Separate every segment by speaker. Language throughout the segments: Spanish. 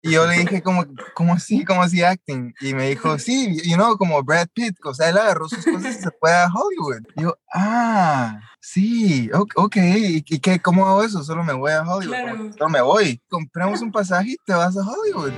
Speaker 1: Y yo le dije ¿cómo así? ¿Cómo así acting? Y me dijo, sí, como Brad Pitt, o sea, él agarró sus cosas y se fue a Hollywood. Y yo, sí, ok, ¿y qué? ¿Cómo hago eso? Solo me voy a Hollywood,
Speaker 2: Claro.
Speaker 1: solo me voy. Compramos un pasaje y te vas a Hollywood.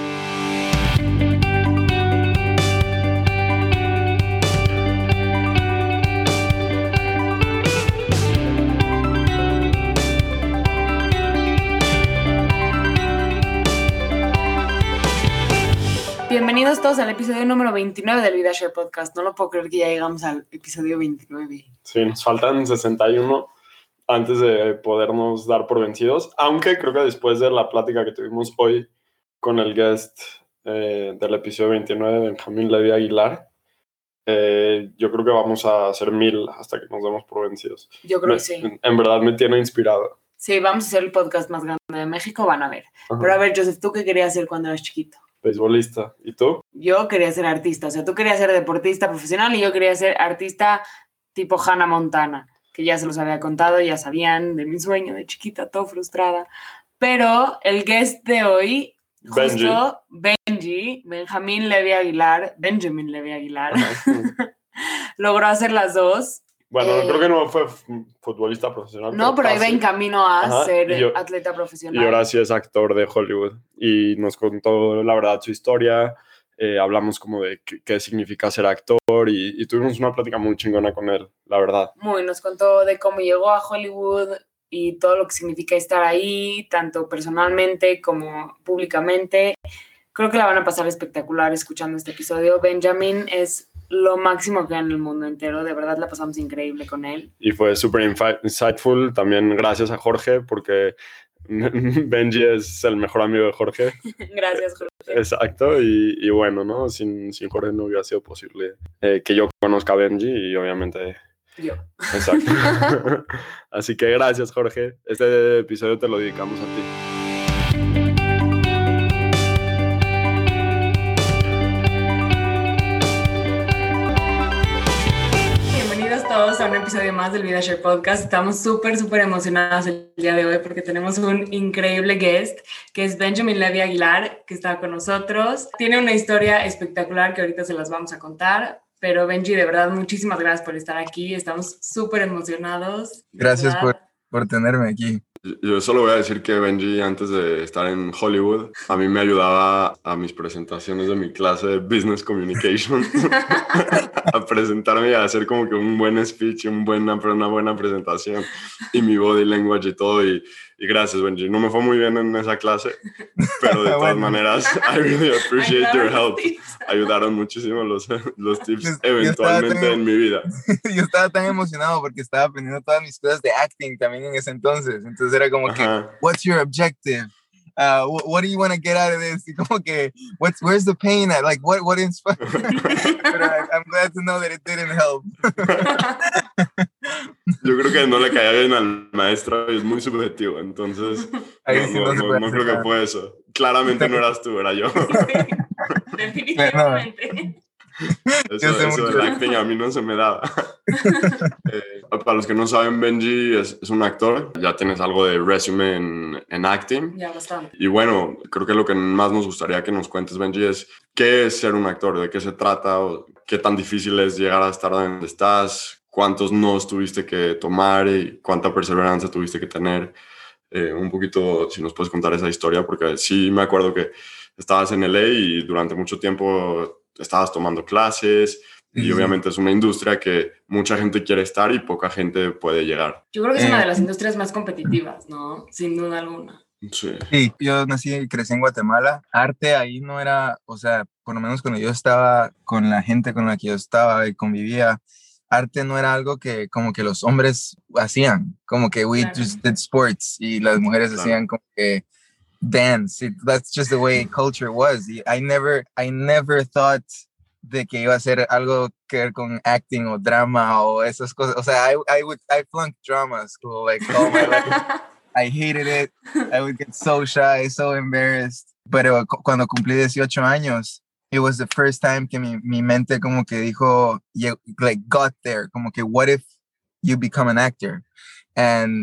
Speaker 2: Bienvenidos todos al episodio número 29 del VidaShare Podcast. No lo puedo creer que ya llegamos al episodio 29.
Speaker 3: Sí, nos faltan 61 antes de podernos dar por vencidos, aunque creo que después de la plática que tuvimos hoy con el guest del episodio 29, Benjamín Levy Aguilar, yo creo que vamos a hacer 1000 hasta que nos demos por vencidos.
Speaker 2: Yo creo que sí.
Speaker 3: En verdad me tiene inspirado.
Speaker 2: Sí, vamos a hacer el podcast más grande de México, van a ver.
Speaker 3: Ajá.
Speaker 2: Pero a ver, Joseph, ¿tú qué querías hacer cuando eras chiquito?
Speaker 3: Beisbolista. ¿Y tú?
Speaker 2: Yo quería ser artista, o sea, tú querías ser deportista profesional y yo quería ser artista tipo Hannah Montana, que ya se los había contado, ya sabían de mi sueño de chiquita, todo frustrada. Pero el guest de hoy, justo Benjamin Levy Aguilar, logró hacer las dos.
Speaker 3: Bueno, creo que no fue futbolista profesional.
Speaker 2: No, pero ahí va en camino a ser
Speaker 3: y
Speaker 2: atleta profesional.
Speaker 3: Y ahora sí es actor de Hollywood. Y nos contó, la verdad, su historia. Hablamos como de qué significa ser actor y tuvimos una plática muy chingona con él, la verdad.
Speaker 2: Nos contó de cómo llegó a Hollywood y todo lo que significa estar ahí, tanto personalmente como públicamente. Creo que la van a pasar espectacular escuchando este episodio. Benjamin es lo máximo que hay en el mundo entero. De verdad la pasamos increíble con él.
Speaker 3: Y fue súper insightful. También gracias a Jorge, porque Benji es el mejor amigo de Jorge.
Speaker 2: Gracias, Jorge.
Speaker 3: Exacto. Y bueno, ¿no? Sin Jorge no hubiera sido posible que yo conozca a Benji y obviamente...
Speaker 2: yo.
Speaker 3: Exacto. Así que gracias, Jorge. Este episodio te lo dedicamos a ti.
Speaker 2: Todos a un episodio más del VidaShare Podcast. Estamos súper emocionados el día de hoy porque tenemos un increíble guest que es Benjamin Levy Aguilar, que está con nosotros. Tiene una historia espectacular que ahorita se las vamos a contar, pero Benji, de verdad, muchísimas gracias por estar aquí. Estamos súper emocionados.
Speaker 1: Gracias por tenerme aquí.
Speaker 3: Yo solo voy a decir que Benji, antes de estar en Hollywood, a mí me ayudaba a mis presentaciones de mi clase de Business Communication a presentarme y a hacer como que un buen speech, una buena presentación y mi body language y todo. Y gracias, Benji. No me fue muy bien en esa clase, pero de todas maneras, I really appreciate your help. Ayudaron muchísimo los tips eventualmente en mi vida.
Speaker 1: Yo estaba tan emocionado porque estaba aprendiendo todas mis cosas de acting también en ese entonces. Entonces era como que, what's your objective? What do you want to get out of this? Y como que, where's the pain at? Like, what inspired? Pero I'm glad to know that it didn't help.
Speaker 3: Yo creo que no le caía bien al maestro y es muy subjetivo, entonces no creo que fue eso. Claramente no eras tú, era yo.
Speaker 2: Sí, definitivamente.
Speaker 3: Eso del acting a mí no se me daba. Para los que no saben, Benji es un actor. Ya tienes algo de resume en acting.
Speaker 2: Ya, bastante.
Speaker 3: Y bueno, creo que lo que más nos gustaría que nos cuentes, Benji, es qué es ser un actor, de qué se trata, o qué tan difícil es llegar a estar donde estás, cuántos nos tuviste que tomar y cuánta perseverancia tuviste que tener. Un poquito, si nos puedes contar esa historia, porque sí me acuerdo que estabas en LA y durante mucho tiempo estabas tomando clases y obviamente es una industria que mucha gente quiere estar y poca gente puede llegar.
Speaker 2: Yo creo que es una de las industrias más competitivas, ¿no? Sin duda alguna.
Speaker 3: Sí.
Speaker 1: Sí, yo nací y crecí en Guatemala. Arte ahí no era, o sea, por lo menos cuando yo estaba con la gente con la que yo estaba y convivía, arte no era algo que como que los hombres hacían, como que we just did sports y las mujeres hacían como que dance. That's just the way culture was. I never thought de que iba a ser algo que ver con acting o drama o esas cosas. O sea, I flunked drama school like all my life. I hated it. I would get so shy, so embarrassed. Pero cuando cumplí 18 años, it was the first time que mi mente como que dijo, like got there, como que what if you become an actor? And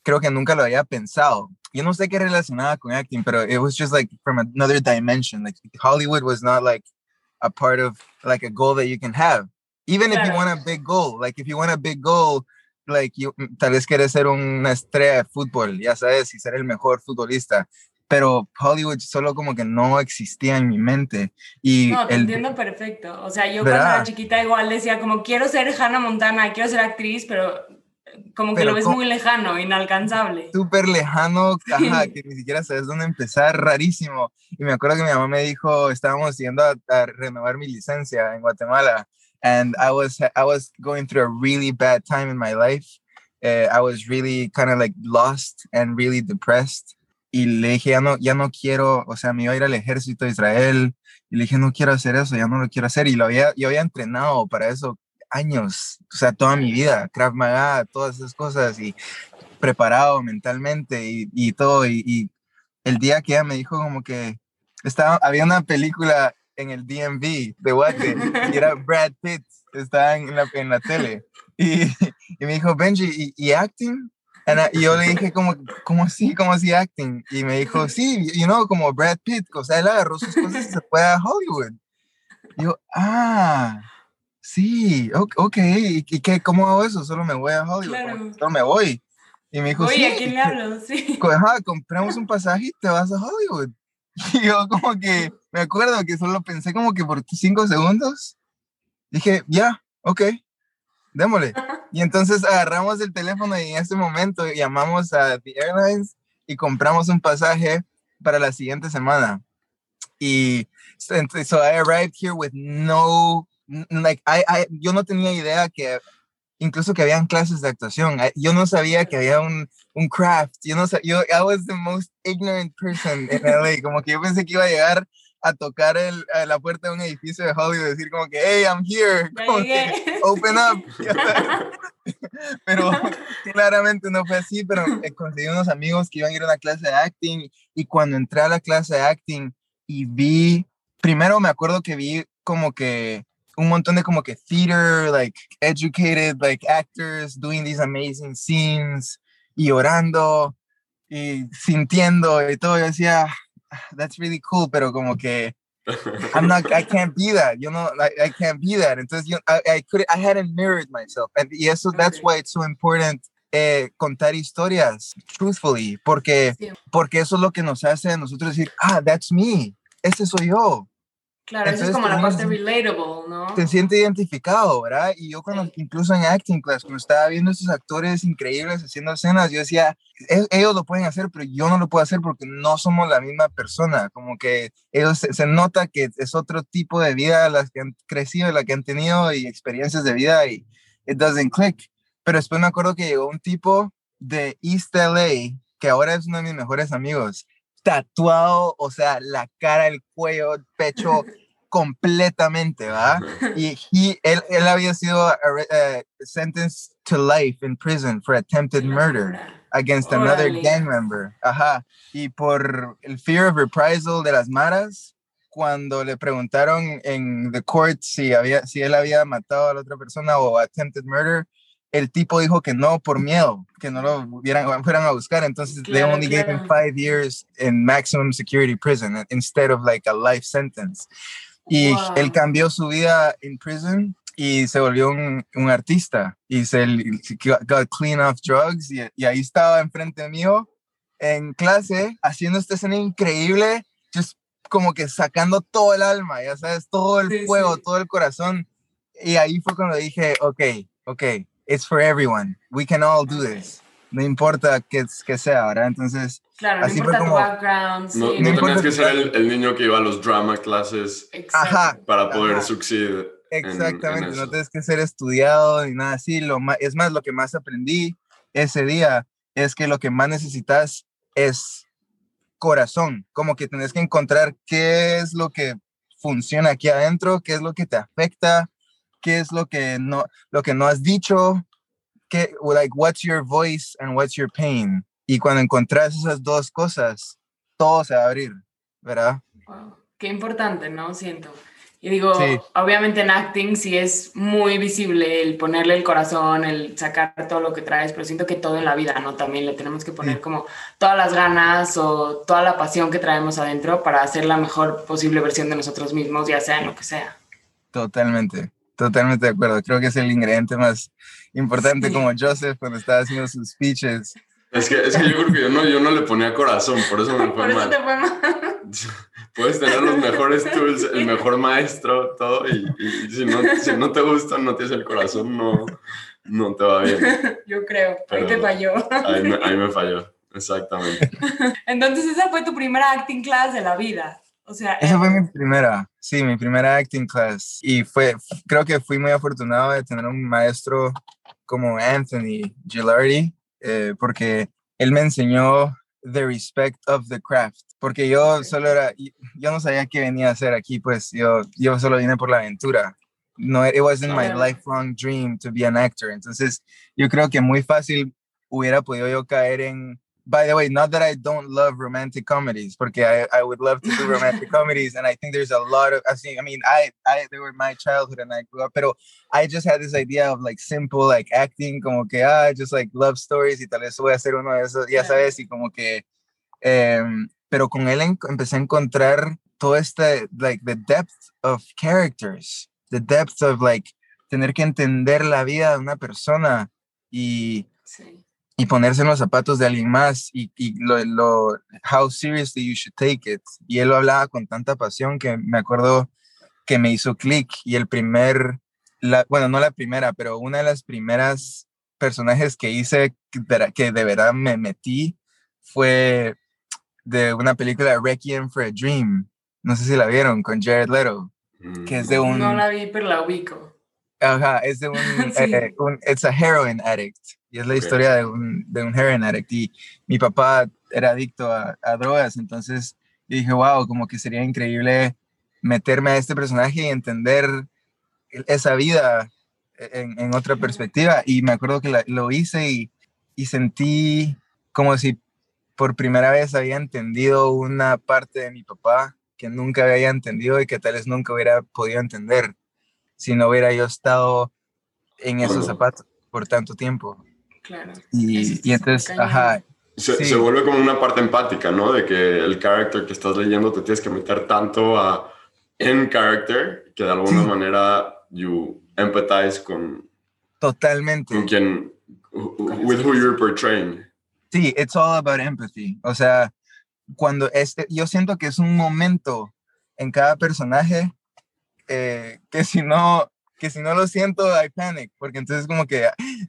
Speaker 1: creo que nunca lo había pensado. Yo no sé qué relacionaba con acting, pero it was just like from another dimension. Like Hollywood was not like a part of like a goal that you can have. Even if you want a big goal, like if you want a big goal, like you, tal vez quieres ser una estrella de fútbol, ya sabes, y ser el mejor futbolista. Pero Hollywood solo como que no existía en mi mente. Y
Speaker 2: no, te entiendo perfecto. O sea, yo
Speaker 1: ¿verdad?
Speaker 2: cuando era chiquita igual decía como quiero ser Hannah Montana, quiero ser actriz, pero como que
Speaker 1: Pero
Speaker 2: lo ves muy lejano, inalcanzable.
Speaker 1: súper lejano, ajá,
Speaker 2: Sí.
Speaker 1: que ni siquiera sabes dónde empezar, rarísimo. Y me acuerdo que mi mamá me dijo, estábamos yendo a renovar mi licencia en Guatemala, and I was going through a really bad time in my life. I was really kind of like lost and really depressed. Y le dije, ya no quiero, o sea, me iba a ir al ejército de Israel. Y le dije, no quiero hacer eso, ya no lo quiero hacer. Y yo había entrenado para eso años, o sea, toda mi vida, Krav Maga, todas esas cosas. Y preparado mentalmente y todo. Y el día que ella me dijo como que había una película en el DMV de Guate y era Brad Pitt, estaba en la tele. Y, y me dijo, Benji, ¿y acting? Y yo le dije, ¿cómo así? ¿Cómo así acting? Y me dijo, sí, you know, como Brad Pitt, o sea, él agarró sus cosas y se fue a Hollywood. Y yo, sí, ok, ¿y qué, cómo hago eso? Solo me voy a Hollywood,
Speaker 2: Claro.
Speaker 1: solo me voy. Y me dijo,
Speaker 2: Voy,
Speaker 1: sí,
Speaker 2: ¿a quién le hablo? Sí.
Speaker 1: compramos un pasaje y te vas a Hollywood. Y yo como que, me acuerdo que solo pensé como que por 5 segundos, dije, ya, ok, démosle. Y entonces agarramos el teléfono y en ese momento llamamos a The Airlines y compramos un pasaje para la siguiente semana. Y so I arrived here with yo no tenía idea que incluso que habían clases de actuación. Yo no sabía que había un craft. Yo no sabía, I was the most ignorant person in LA. Como que yo pensé que iba a llegar a tocar a la puerta de un edificio de Hollywood y decir como que, hey, I'm here.
Speaker 2: Ya
Speaker 1: Como
Speaker 2: llegué.
Speaker 1: que, open up. Pero claramente no fue así, pero conseguí unos amigos que iban a ir a una clase de acting y cuando entré a la clase de acting y primero me acuerdo que vi como que un montón de como que theater, like educated, like actors doing these amazing scenes y orando y sintiendo y todo. Yo decía, that's really cool, pero como que I can't be that, you know, I can't be that. Entonces I hadn't mirrored myself. Y eso, that's why it's so important contar historias truthfully, porque eso es lo que nos hace a nosotros decir, that's me, ese soy yo.
Speaker 2: Claro,
Speaker 1: Entonces,
Speaker 2: eso es como la parte relatable, ¿no?
Speaker 1: Te siente identificado, ¿verdad? Y yo incluso en acting class, cuando estaba viendo estos actores increíbles haciendo escenas, yo decía, ellos lo pueden hacer, pero yo no lo puedo hacer porque no somos la misma persona. Como que ellos se nota que es otro tipo de vida las que han crecido, la que han tenido y experiencias de vida y it doesn't click. Pero después me acuerdo que llegó un tipo de East LA, que ahora es uno de mis mejores amigos, tatuado, o sea, la cara, el cuello, el pecho, completamente, ¿va? Y él había sido sentenced to life in prison for attempted murder against another gang member. Ajá. Y por el fear of reprisal de las maras, cuando le preguntaron en the court si él había matado a la otra persona o attempted murder, el tipo dijo que no por miedo, que no lo fueran a buscar. Entonces, they only gave him 5 years in maximum security prison instead of like a life sentence. Y él cambió su vida en prison y se volvió un artista y se got clean off drugs y ahí estaba enfrente mío en clase haciendo esta escena increíble, just como que sacando todo el alma, ya sabes, todo el fuego, todo el corazón. Y ahí fue cuando dije, ok, it's for everyone. We can all do this. No importa que sea, ¿verdad? Entonces,
Speaker 2: claro,
Speaker 1: así
Speaker 2: no importa
Speaker 1: fue como,
Speaker 2: tu background.
Speaker 3: No,
Speaker 2: Sí.
Speaker 3: no tenías que ser el niño que iba a los drama classes para poder succeed.
Speaker 1: Exactamente,
Speaker 3: en
Speaker 1: no
Speaker 3: eso.
Speaker 1: tienes que ser estudiado ni nada así. Es más, lo que más aprendí ese día es que lo que más necesitas es corazón. Como que tienes que encontrar qué es lo que funciona aquí adentro, qué es lo que te afecta, qué es lo que no has dicho, like, what's your voice and what's your pain. Y cuando encontrás esas dos cosas, todo se va a abrir, ¿verdad?
Speaker 2: Wow. Qué importante, ¿no? Siento. Y digo,
Speaker 1: Sí.
Speaker 2: obviamente en acting sí es muy visible el ponerle el corazón, el sacar todo lo que traes, pero siento que todo en la vida, ¿no? También le tenemos que poner
Speaker 1: Sí,
Speaker 2: como todas las ganas o toda la pasión que traemos adentro para hacer la mejor posible versión de nosotros mismos, ya sea en lo que sea.
Speaker 1: totalmente de acuerdo. Creo que es el ingrediente más importante,
Speaker 2: Sí.
Speaker 1: como Joseph cuando estaba haciendo sus speeches.
Speaker 3: Es que yo creo que yo no le ponía corazón, por eso me fue
Speaker 2: Por eso
Speaker 3: mal.
Speaker 2: te fue mal.
Speaker 3: Puedes tener los mejores tools, el mejor maestro, todo, y si no te gusta, no tienes el corazón, no te va bien.
Speaker 2: Yo creo, ahí te
Speaker 3: Pero
Speaker 2: falló.
Speaker 3: ahí me falló, exactamente.
Speaker 2: Entonces esa fue tu primera acting class de la vida. O sea,
Speaker 1: Esa fue
Speaker 2: ever.
Speaker 1: mi primera, sí, mi primera acting class. Y creo que fui muy afortunado de tener un maestro como Anthony Gilardi, porque él me enseñó the respect of the craft. Porque yo no sabía qué venía a hacer aquí, pues yo solo vine por la aventura. No, it wasn't my
Speaker 2: Claro.
Speaker 1: lifelong dream to be an actor. Entonces, yo creo que muy fácil hubiera podido yo caer en. By the way, not that I don't love romantic comedies, porque I would love to do romantic comedies, and I think there's a lot of, I mean, they were my childhood and I grew up, pero I just had this idea of like simple, like acting, como que, just like love stories, y tal vez voy a hacer uno de esos, ya sabes, y como que, pero con él empecé a encontrar todo este, like, the depth of characters, the depth of, like, tener que entender la vida de una persona, y
Speaker 2: Sí.
Speaker 1: y ponerse en los zapatos de alguien más y how seriously you should take it. Y él lo hablaba con tanta pasión que me acuerdo que me hizo clic y bueno, no la primera, pero una de las primeras personajes que hice que de verdad me metí fue de una película Requiem for a Dream. No sé si la vieron, con Jared Leto, que es de
Speaker 2: No
Speaker 1: un.
Speaker 2: la vi, pero la ubico.
Speaker 1: Ajá, es de un,
Speaker 2: Sí.
Speaker 1: it's a heroin addict, y es la
Speaker 3: Ok.
Speaker 1: historia de un heroin addict, y mi papá era adicto a drogas, entonces yo dije, wow, como que sería increíble meterme a este personaje y entender esa vida en otra perspectiva, y me acuerdo que lo hice y sentí como si por primera vez había entendido una parte de mi papá que nunca había entendido y que tal vez nunca hubiera podido entender si no hubiera yo estado en esos
Speaker 3: Claro.
Speaker 1: zapatos por tanto tiempo.
Speaker 2: Claro. Eso
Speaker 1: Y
Speaker 2: está súper
Speaker 1: entonces,
Speaker 2: cañón.
Speaker 1: ajá,
Speaker 3: Se
Speaker 1: sí,
Speaker 3: vuelve como una parte empática, ¿no? De que el character que estás leyendo te tienes que meter tanto en character que de alguna
Speaker 1: sí,
Speaker 3: manera you empathize con
Speaker 1: totalmente.
Speaker 3: quien, with who you're portraying.
Speaker 1: Sí, it's all about empathy. O sea, yo siento que es un momento en cada personaje que si no lo siento, I panic, porque entonces como que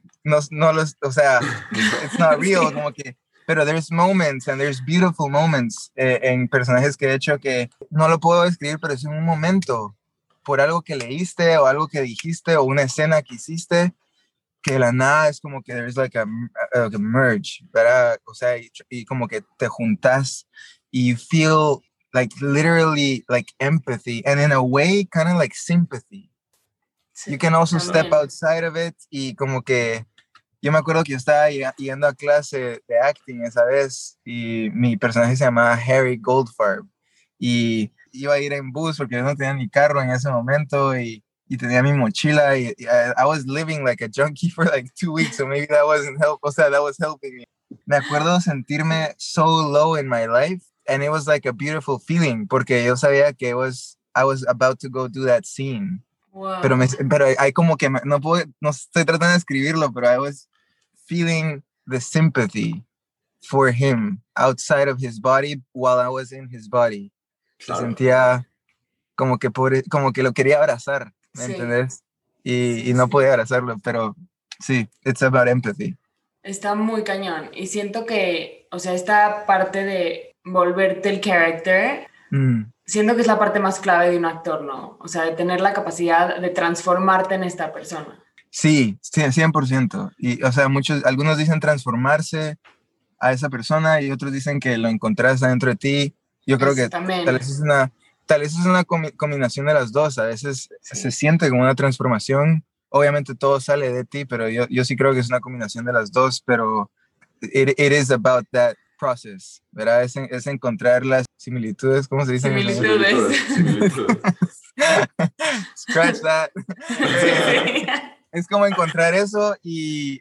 Speaker 1: o sea, it's not real,
Speaker 2: Sí.
Speaker 1: como que, pero there's moments and there's beautiful moments en personajes que he hecho que no lo puedo describir, pero es un momento por algo que leíste o algo que dijiste o una escena que hiciste que de la nada es como que there's like a merge, ¿verdad? O sea, y como que te juntas y you feel like literally like empathy and in a way kind of like sympathy. You
Speaker 2: Sí,
Speaker 1: can also step
Speaker 2: también.
Speaker 1: outside of it y como que yo me acuerdo que yo estaba yendo a clase de acting esa vez y mi personaje se llamaba Harry Goldfarb y iba a ir en bus porque yo no tenía ni carro en ese momento y tenía mi mochila y I was living like a junkie for like 2 weeks, so maybe that wasn't help, o sea, that was helping me. Me acuerdo sentirme so low in my life and it was like a beautiful feeling porque yo sabía que I was about to go do that scene. Pero,
Speaker 2: Wow.
Speaker 1: pero hay como que no estoy tratando de escribirlo, pero I was feeling the sympathy for him outside of his body while I was in his body. Se
Speaker 3: Claro.
Speaker 1: sentía como que lo quería abrazar, ¿me
Speaker 2: Sí,
Speaker 1: entendés?
Speaker 2: sí,
Speaker 1: Y no
Speaker 2: sí.
Speaker 1: podía abrazarlo, pero sí, it's about empathy.
Speaker 2: Está muy cañón. Y siento que, o sea, esta parte de volverte el character, siento que es la parte más clave de un actor, ¿no? O sea, de tener la capacidad de transformarte en esta persona.
Speaker 1: Sí, 100%. Y, o sea, algunos dicen transformarse a esa persona y otros dicen que lo encontrás dentro de ti. Yo creo
Speaker 2: Eso
Speaker 1: que tal
Speaker 2: también.
Speaker 1: vez es una combinación de las dos. A veces
Speaker 2: Sí.
Speaker 1: se siente como una transformación. Obviamente todo sale de ti, pero yo sí creo que es una combinación de las dos, pero it is about that process, ¿verdad? Es encontrar las similitudes, ¿cómo se dice en español?
Speaker 2: Similitudes.
Speaker 3: Similitudes.
Speaker 1: Scratch that.
Speaker 2: Sí.
Speaker 1: Es como encontrar eso y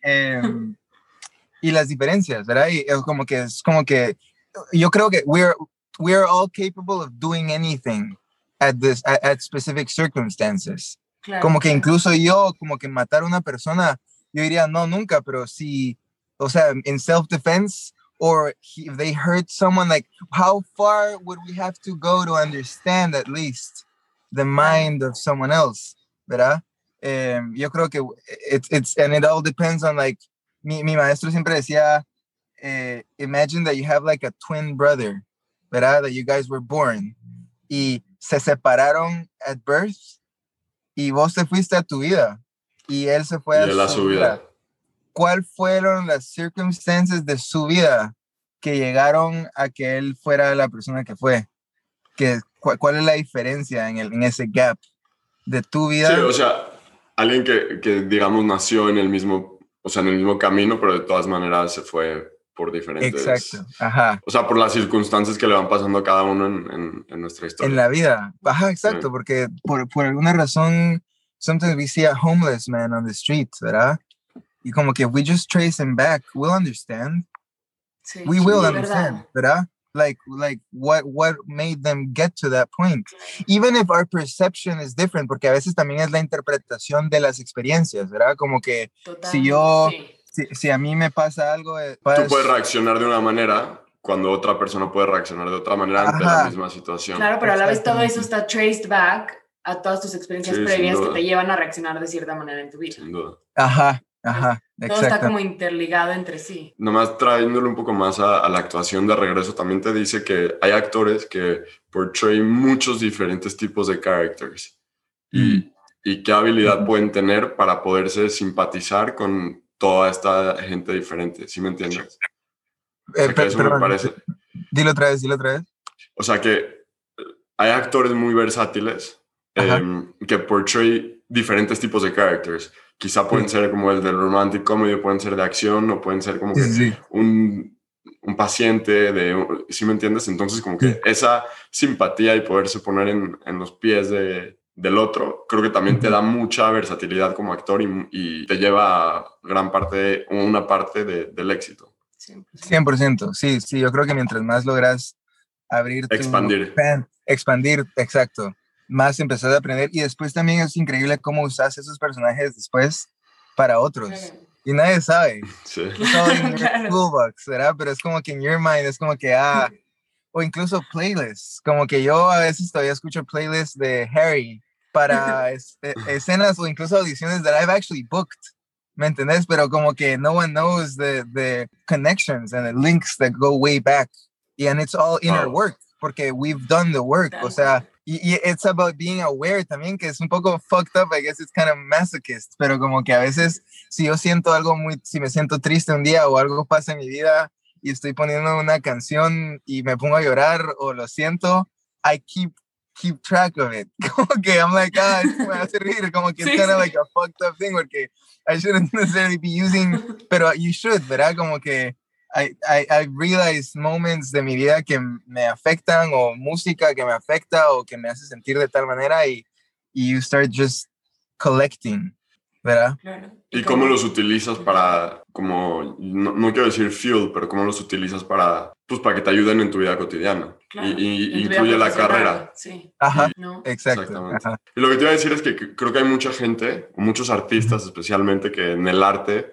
Speaker 1: las diferencias, ¿verdad? Y es como que yo creo que we're all capable of doing anything at specific circumstances.
Speaker 2: Claro,
Speaker 1: Como que
Speaker 2: claro.
Speaker 1: incluso yo, como que matar a una persona, yo diría, no, nunca, pero si, o sea, in self-defense, or if they hurt someone, like, how far would we have to go to understand at least the mind of someone else, ¿verdad? Yo creo que and it all depends on, like, mi maestro siempre decía, imagine that you have like a twin brother, ¿verdad? That you guys were born y se separaron at birth y vos te fuiste a tu vida y él se fue a su vida. ¿Cuál fueron las circunstancias de su vida que llegaron a que él fuera la persona que fue? ¿Cuál es la diferencia en ese gap de tu vida?
Speaker 3: Sí, o sea, alguien que digamos nació en el mismo, o sea, en el mismo camino, pero de todas maneras se fue por diferentes...
Speaker 1: Exacto, ajá.
Speaker 3: O sea, por las circunstancias que le van pasando a cada uno en nuestra historia.
Speaker 1: En la vida, ajá, exacto,
Speaker 3: Sí.
Speaker 1: porque por alguna razón, sometimes we see a homeless man on the street, ¿verdad? Y como que if we just trace him back, we'll understand.
Speaker 2: Sí,
Speaker 1: We will
Speaker 2: es
Speaker 1: understand,
Speaker 2: verdad.
Speaker 1: ¿verdad? Like what made them get to that point. Even if our perception is different, porque a veces también es la interpretación de las experiencias, ¿verdad? Como que si a mí me pasa algo...
Speaker 3: Tú puedes reaccionar de una manera cuando otra persona puede reaccionar de otra manera ante la misma situación.
Speaker 2: Claro, pero a la vez todo eso está traced back a todas tus experiencias previas que te llevan a reaccionar de cierta manera en tu vida.
Speaker 3: Sin duda.
Speaker 1: Ajá,
Speaker 2: todo está como interligado entre sí.
Speaker 3: Nomás trayéndolo un poco más a la actuación de regreso, también te dice que hay actores que portray muchos diferentes tipos de characters y qué habilidad pueden tener para poderse simpatizar con toda esta gente diferente, ¿sí me entiendes? O sea, que eso me parece...
Speaker 1: Dilo otra vez.
Speaker 3: O sea, que hay actores muy versátiles que portray diferentes tipos de characters. Quizá pueden ser como el del romantic comedy, pueden ser de acción, o pueden ser como que un paciente, ¿sí me entiendes? Entonces como que esa simpatía y poderse poner en los pies del otro, creo que también te da mucha versatilidad como actor y te lleva a una parte del éxito.
Speaker 1: 100%, sí, yo creo que mientras más logras abrir tu expandir, exacto, más empezás a aprender y después también es increíble cómo usas esos personajes después para otros y nadie sabe.
Speaker 3: Sí.
Speaker 1: Toolbox, ¿verdad? Pero es como que en your mind es como que o incluso playlists, como que yo a veces todavía escucho playlists de Harry para escenas o incluso audiciones that I've actually booked, ¿me entendés? Pero como que no one knows the connections and the links that go way back, and it's all inner work, porque we've done the work, o sea, y it's about being aware también, que es un poco fucked up, I guess it's kind of masochist, pero como que a veces si yo siento algo si me siento triste un día o algo pasa en mi vida y estoy poniendo una canción y me pongo a llorar o lo siento, I keep track of it. Como que I'm like, esto me hace reír, como que it's kind of like a fucked up thing, porque I shouldn't necessarily be using, pero you should, ¿verdad? Como que I realized moments de mi vida que me afectan o música que me afecta o que me hace sentir de tal manera y you start just collecting, ¿verdad?
Speaker 2: Claro.
Speaker 3: ¿Y cómo los utilizas para, como, no quiero decir fuel, pero cómo los utilizas para que te ayuden en tu vida cotidiana?
Speaker 2: Claro.
Speaker 3: Y incluye la carrera.
Speaker 2: Sí.
Speaker 1: Ajá,
Speaker 2: ¿no?
Speaker 3: Exactamente.
Speaker 1: Ajá.
Speaker 3: Y lo que te iba a decir es que creo que hay mucha gente, muchos artistas especialmente, que en el arte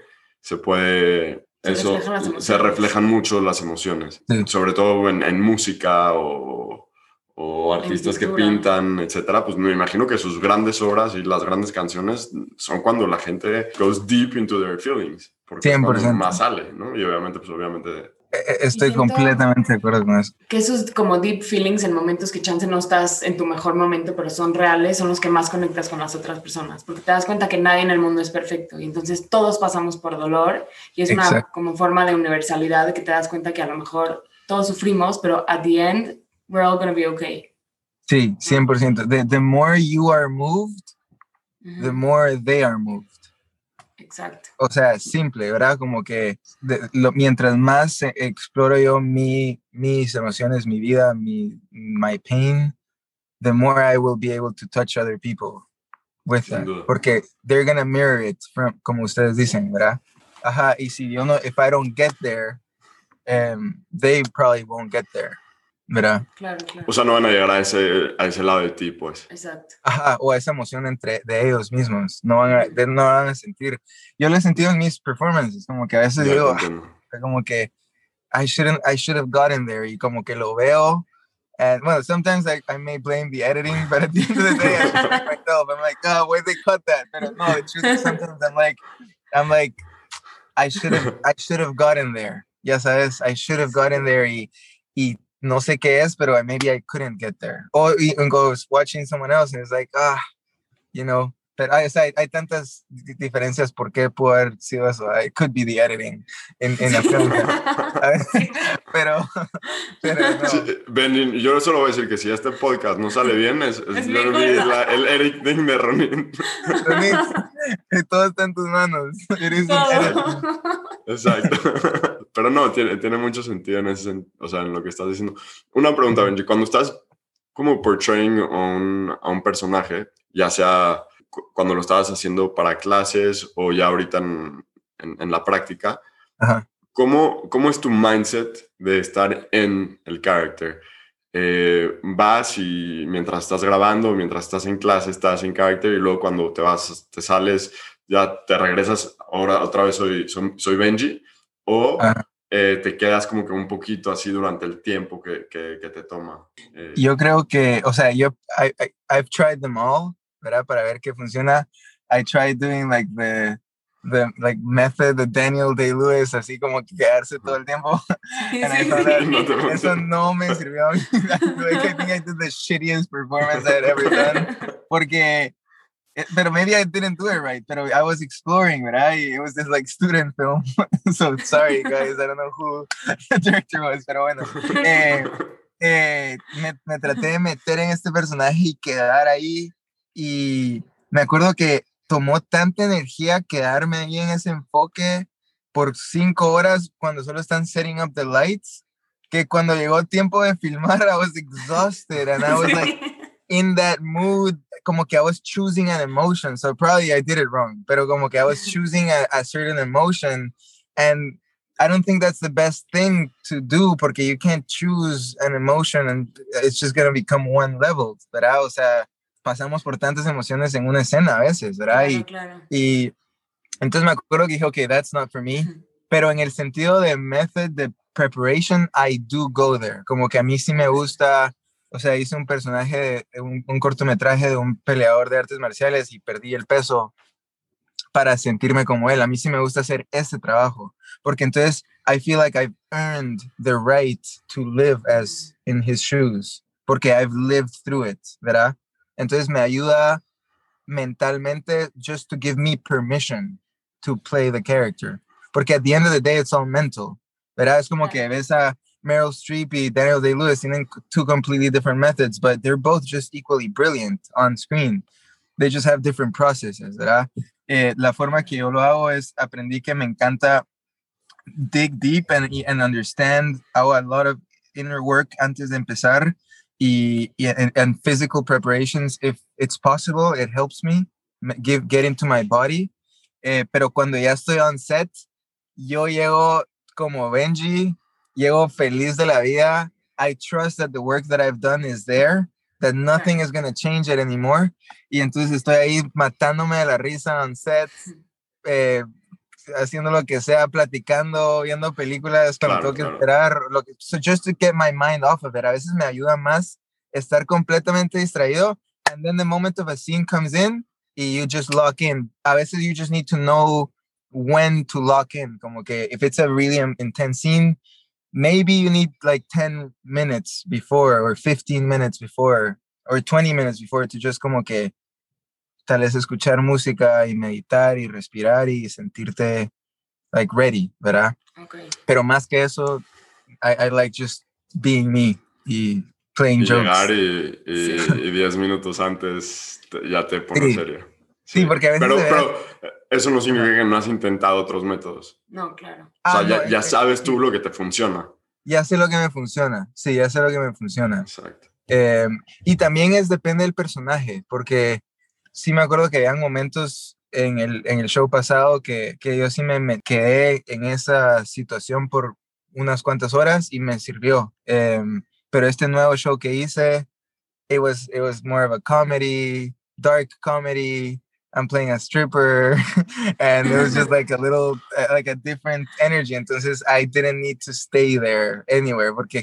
Speaker 3: se reflejan mucho las emociones.
Speaker 1: Sí.
Speaker 3: Sobre todo en música o artistas que pintan, etcétera, pues me imagino que sus grandes obras y las grandes canciones son cuando la gente goes deep into their feelings, porque
Speaker 1: 100%.
Speaker 3: es cuando más sale, ¿no? Y obviamente
Speaker 1: estoy completamente de acuerdo con eso.
Speaker 2: Que esos como deep feelings en momentos que chance no estás en tu mejor momento, pero son reales, son los que más conectas con las otras personas, porque te das cuenta que nadie en el mundo es perfecto y entonces todos pasamos por dolor y es una como forma de universalidad que te das cuenta que a lo mejor todos sufrimos, pero at the end we're all gonna be okay.
Speaker 1: Sí, 100%. The more you are moved, the more they are moved.
Speaker 2: Exacto.
Speaker 1: O sea, simple, ¿verdad? Como que mientras más exploro yo mis emociones, mi vida, my pain, the more I will be able to touch other people. with
Speaker 3: Sin
Speaker 1: that.
Speaker 3: duda.
Speaker 1: Porque they're gonna mirror it from, como ustedes dicen, ¿verdad? Ajá, y si yo no, if I don't get there, they probably won't get there, ¿verdad?
Speaker 2: Claro, claro.
Speaker 3: O sea, no van a llegar a ese lado de ti, pues.
Speaker 2: Exacto.
Speaker 1: Ajá, o esa emoción de ellos mismos, no van a sentir. Yo lo he sentido en mis performances, como que a veces
Speaker 3: Ya
Speaker 1: digo,
Speaker 3: te entiendo.
Speaker 1: como que I should have gotten there, y como que lo veo. And well, sometimes I may blame the editing, but at the end of the day, I blame myself. I'm like, oh, where'd they cut that? But no, the truth is sometimes I'm like, I should have gotten there. Ya sabes, I should have gotten there, y no sé qué es, pero maybe I couldn't get there. Or even go watching someone else and it's like, you know, pero o sea, hay tantas diferencias por qué pudo haber sido eso. It could be the editing in la film. pero no.
Speaker 3: Sí, Benji, yo solo voy a decir que si este podcast no sale bien, es el editing de Ronin.
Speaker 1: Todo está en tus manos.
Speaker 3: Exacto. Pero no, tiene mucho sentido o sea, en lo que estás diciendo. Una pregunta, Benji, cuando estás como portraying a un personaje, ya sea cuando lo estabas haciendo para clases o ya ahorita en la práctica,
Speaker 1: ajá.
Speaker 3: ¿Cómo es tu mindset de estar en el character? Vas y mientras estás grabando, mientras estás en clase, estás en character, y luego cuando te sales, ya te regresas, ahora otra vez soy Benji, o te quedas como que un poquito así durante el tiempo que te toma.
Speaker 1: Yo creo que, o sea, I've tried them all, ¿verdad? Para ver qué funciona. I tried doing like the like method de Daniel Day-Lewis, así como que quedarse todo el tiempo. And I thought that eso no me sirvió a mí. I think I did the shittiest performance I had ever done. Porque, pero maybe I didn't do it right, pero I was exploring, right? It was this like student film. So sorry guys, I don't know who the director was, pero bueno. Me traté de meter en este personaje y quedar ahí, y me acuerdo que tomó tanta energía quedarme ahí en ese enfoque por 5 horas cuando solo están setting up the lights, que cuando llegó tiempo de filmar, I was exhausted and I was like in that mood, como que I was choosing an emotion, so probably I did it wrong, pero como que I was choosing a certain emotion, and I don't think that's the best thing to do, porque you can't choose an emotion and it's just going to become one level, ¿verdad? O sea, pasamos por tantas emociones en una escena a veces, ¿verdad?
Speaker 2: Claro.
Speaker 1: Y entonces me acuerdo que dije, okay, that's not for me. Pero en el sentido de method, de preparation, I do go there. Como que a mí sí me gusta, o sea, hice un personaje, un cortometraje de un peleador de artes marciales y perdí el peso para sentirme como él. A mí sí me gusta hacer ese trabajo, porque entonces I feel like I've earned the right to live as in his shoes, porque I've lived through it, ¿verdad? Entonces me ayuda mentalmente just to give me permission to play the character. Porque at the end of the day, it's all mental. ¿Verdad? Es como que ves a Meryl Streep y Daniel Day-Lewis tienen 2 completely different methods, but they're both just equally brilliant on screen. They just have different processes, ¿verdad? La forma que yo lo hago es, aprendí que me encanta dig deep and understand, hago a lot of inner work antes de empezar, and physical preparations, if it's possible, it helps me get into my body. Pero cuando ya estoy on set, yo llego como Benji, llego feliz de la vida. I trust that the work that I've done is there, that nothing is going to change it anymore. Y entonces estoy ahí matándome de la risa on set, haciendo lo que sea, platicando, viendo películas cuando tengo que esperar, so just to get my mind off of it. A veces me ayuda más estar completamente distraído, and then the moment of a scene comes in y you just lock in. A veces you just need to know when to lock in, como que if it's a really intense scene, maybe you need like 10 minutes before or 15 minutes before or 20 minutes before to just como que tal vez escuchar música y meditar y respirar y sentirte like ready, ¿verdad?
Speaker 2: Okay.
Speaker 1: Pero más que eso, I like just being me y playing jokes.
Speaker 3: Llegar y 10 minutos antes ya te pones serio.
Speaker 1: Sí, porque a veces...
Speaker 3: Pero eso no significa que no has intentado otros métodos.
Speaker 2: No, claro.
Speaker 3: O sea, ya sabes tú lo que te funciona.
Speaker 1: Ya sé lo que me funciona. Sí, ya sé lo que me funciona.
Speaker 3: Exacto.
Speaker 1: Y también depende del personaje, porque sí me acuerdo que habían momentos en el show pasado que yo sí me quedé en esa situación por unas cuantas horas y me sirvió. Pero este nuevo show que hice, it was more of a comedy, dark comedy. I'm playing a stripper, and it was just like a little, like a different energy. Entonces, I didn't need to stay there anywhere porque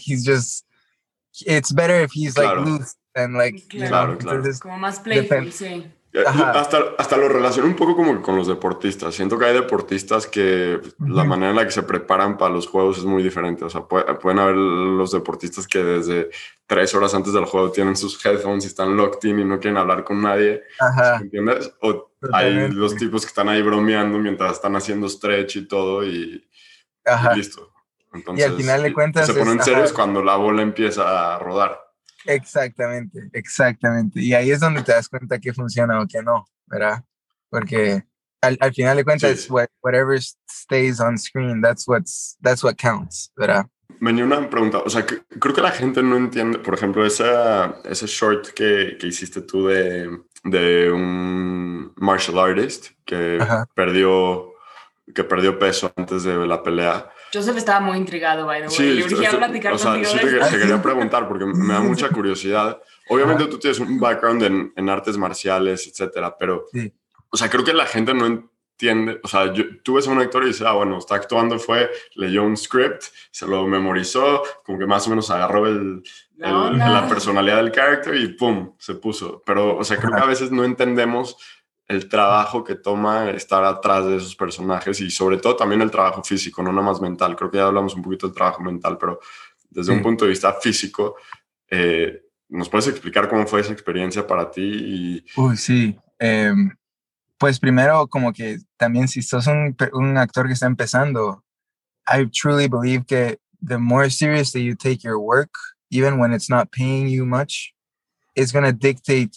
Speaker 1: it's better if he's like
Speaker 3: Claro,
Speaker 1: loose and like,
Speaker 2: Claro.
Speaker 3: claro.
Speaker 1: entonces,
Speaker 2: Como más playful,
Speaker 1: depende.
Speaker 2: sí.
Speaker 1: Ajá.
Speaker 3: Hasta lo relaciono un poco como con los deportistas. Siento que hay deportistas que la
Speaker 1: Ujú.
Speaker 3: manera en la que se preparan para los juegos es muy diferente. O sea, pueden haber los deportistas que desde 3 horas antes del juego tienen sus headphones y están locked in y no quieren hablar con nadie. ¿Sí me
Speaker 1: Ajá,
Speaker 3: entiendes? O hay
Speaker 1: totalmente.
Speaker 3: los tipos que están ahí bromeando mientras están haciendo stretch y todo y
Speaker 1: Ajá.
Speaker 3: listo.
Speaker 1: Y al
Speaker 3: Entonces,
Speaker 1: final de
Speaker 3: y se
Speaker 1: cuentas
Speaker 3: ponen
Speaker 1: ajá,
Speaker 3: serios cuando la bola empieza a rodar.
Speaker 1: exactamente, exactamente. Y ahí es donde te das cuenta que funciona o que no, ¿verdad? Porque al final de
Speaker 3: Sí,
Speaker 1: cuentas, whatever stays on screen, that's what counts, ¿verdad?
Speaker 3: venía una pregunta, o sea, creo que la gente no entiende, por ejemplo, ese short que hiciste tú de un martial artist
Speaker 1: Ajá.
Speaker 3: que perdió peso antes de la pelea.
Speaker 2: Joseph estaba muy intrigado, by the way.
Speaker 3: Sí,
Speaker 2: Le urgía
Speaker 3: o
Speaker 2: platicar
Speaker 3: sea,
Speaker 2: contigo
Speaker 3: sí
Speaker 2: de esto.
Speaker 3: te quería preguntar porque me da mucha curiosidad. Obviamente
Speaker 1: Ajá,
Speaker 3: tú tienes un background en artes marciales, etcétera, pero
Speaker 1: sí.
Speaker 3: o sea, creo que la gente no entiende, o sea, tú ves a un actor y dices, bueno, está actuando, leyó un script, se lo memorizó, como que más o menos agarró
Speaker 2: La
Speaker 3: la
Speaker 2: onda.
Speaker 3: personalidad del character y ¡pum! Se puso. Pero, o sea, creo que
Speaker 1: Ajá,
Speaker 3: a veces no entendemos el trabajo que toma estar atrás de esos personajes y sobre todo también el trabajo físico, no nada más mental. Creo que ya hablamos un poquito del trabajo mental, pero desde un
Speaker 1: sí.
Speaker 3: punto de vista físico, ¿nos puedes explicar cómo fue esa experiencia para ti?
Speaker 1: Uy, sí. Pues primero, como que también si sos un actor que está empezando, I truly believe que the more seriously you take your work, even when it's not paying you much, it's going to dictate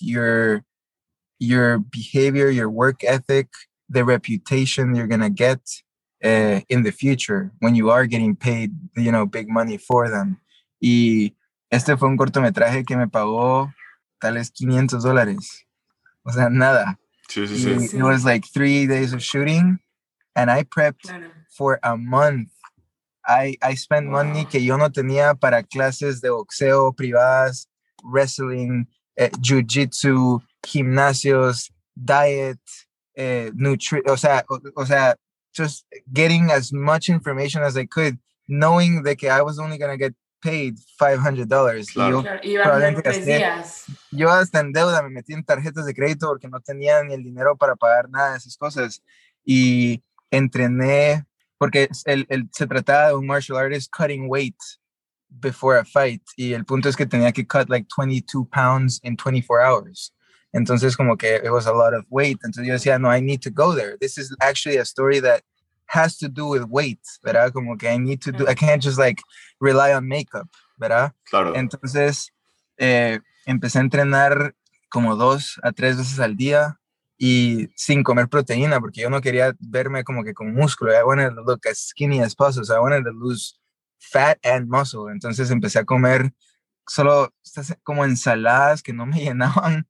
Speaker 1: your behavior, your work ethic, the reputation you're going to get in the future when you are getting paid, big money for them. Y este fue un cortometraje que me pagó tales $500. O sea, nada.
Speaker 3: Sí, sí,
Speaker 1: Y
Speaker 3: sí.
Speaker 1: it was
Speaker 2: Sí,
Speaker 1: like 3 days of shooting, and I prepped
Speaker 2: claro.
Speaker 1: for a month. I spent money
Speaker 2: Wow.
Speaker 1: que yo no tenía para clases de boxeo privadas, wrestling, jiu-jitsu, gimnasios, diet, o sea, just getting as much information as I could, knowing that I was only going to get paid $500. Y yo
Speaker 3: Claro.
Speaker 2: Claro, iba a
Speaker 1: probablemente
Speaker 2: ser 3
Speaker 1: gasté,
Speaker 2: días.
Speaker 1: yo hasta en deuda me metí en tarjetas de crédito porque no tenía ni el dinero para pagar nada de esas cosas. Y entrené, porque se trataba de un martial artist cutting weight before a fight. Y el punto es que tenía que cut like 22 pounds in 24 hours. Entonces, como que it was a lot of weight. Entonces yo decía, no, I need to go there. This is actually a story that has to do with weight, ¿verdad? Como que I can't just like rely on makeup, ¿verdad?
Speaker 3: Claro,
Speaker 1: Entonces, empecé a entrenar como 2 a 3 veces al día y sin comer proteína, porque yo no quería verme como que con músculo. I wanted to look as skinny as possible. So I wanted to lose fat and muscle. Entonces empecé a comer solo como ensaladas que no me llenaban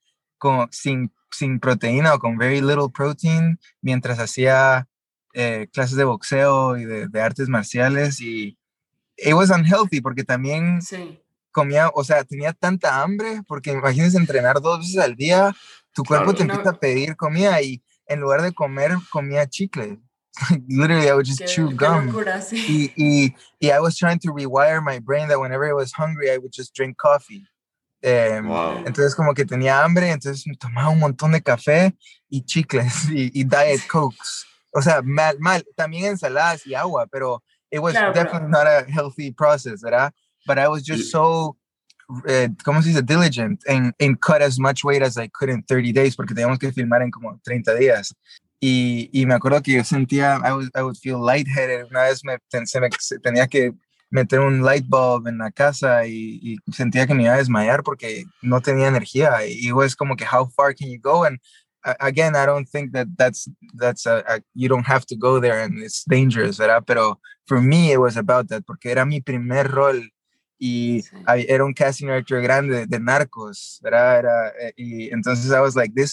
Speaker 1: sin proteína o con very little protein mientras hacía clases de boxeo y de artes marciales y it was unhealthy porque también
Speaker 2: Sí.
Speaker 1: comía, o sea, tenía tanta hambre porque imagínense entrenar 2 veces al día, tu cuerpo te
Speaker 3: claro.
Speaker 2: Y
Speaker 1: empieza a
Speaker 2: no,
Speaker 1: pedir comida y en lugar de comer, comía chicle. Literally, I would just chew
Speaker 2: qué
Speaker 1: gum.
Speaker 2: locura, sí.
Speaker 1: Y I was trying to rewire my brain that whenever I was hungry, I would just drink coffee.
Speaker 3: Wow.
Speaker 1: Entonces como que tenía hambre, entonces me tomaba un montón de café y chicles y Diet Cokes. O sea, mal. También ensaladas y agua, pero it was
Speaker 2: Claro, pero
Speaker 1: definitely not a healthy process, ¿verdad? But I was just
Speaker 3: Y,
Speaker 1: so, ¿cómo se dice? Diligent in cut as much weight as I could in 30 days, porque teníamos que filmar en como 30 días. Y me acuerdo que yo sentía, I would feel lightheaded. Una vez tenía que meter un light bulb en la casa y sentía que me iba a desmayar porque no tenía energía. Y es como que, how far can you go? And again, I don't think that's you don't have to go there and it's dangerous, ¿verdad? Pero for me, it was about that, porque era mi primer rol y
Speaker 2: sí.
Speaker 1: era un casting director grande de Narcos, ¿verdad? Y entonces I was like,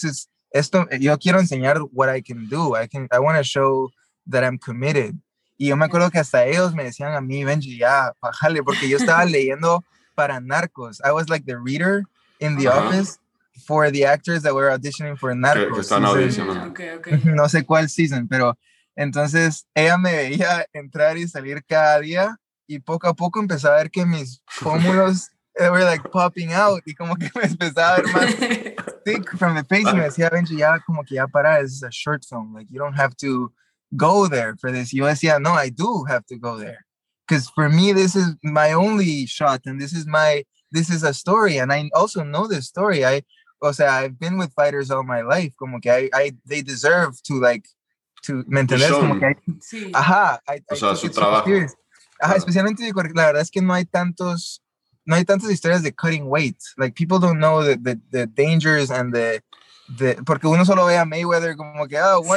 Speaker 1: yo quiero enseñar what I can do. I want to show that I'm committed. Y yo me acuerdo que hasta ellos me decían a mí, Benji, ya, bájale, porque yo estaba leyendo para Narcos. I was like the reader in the office for the actors that were auditioning for Narcos.
Speaker 3: Que están audicionando.
Speaker 2: Okay.
Speaker 1: No sé cuál season, pero entonces ella me veía entrar y salir cada día y poco a poco empezaba a ver que mis pómulos were like popping out y como que me empezaba a ver más thick from the face y me decía, Benji, ya como que ya para, this is a short film, like you don't have to go there for this. Y yo decía, no, I do have to go there. Because for me, this is my only shot and this is a story. And I also know this story. I've been with fighters all my life. Como que they deserve to ¿me entendés? Como que
Speaker 2: sí.
Speaker 3: O sea, su trabajo.
Speaker 1: Especialmente porque la verdad es que no hay tantas historias de cutting weight. Like, people don't know the dangers and porque uno solo ve a Mayweather como que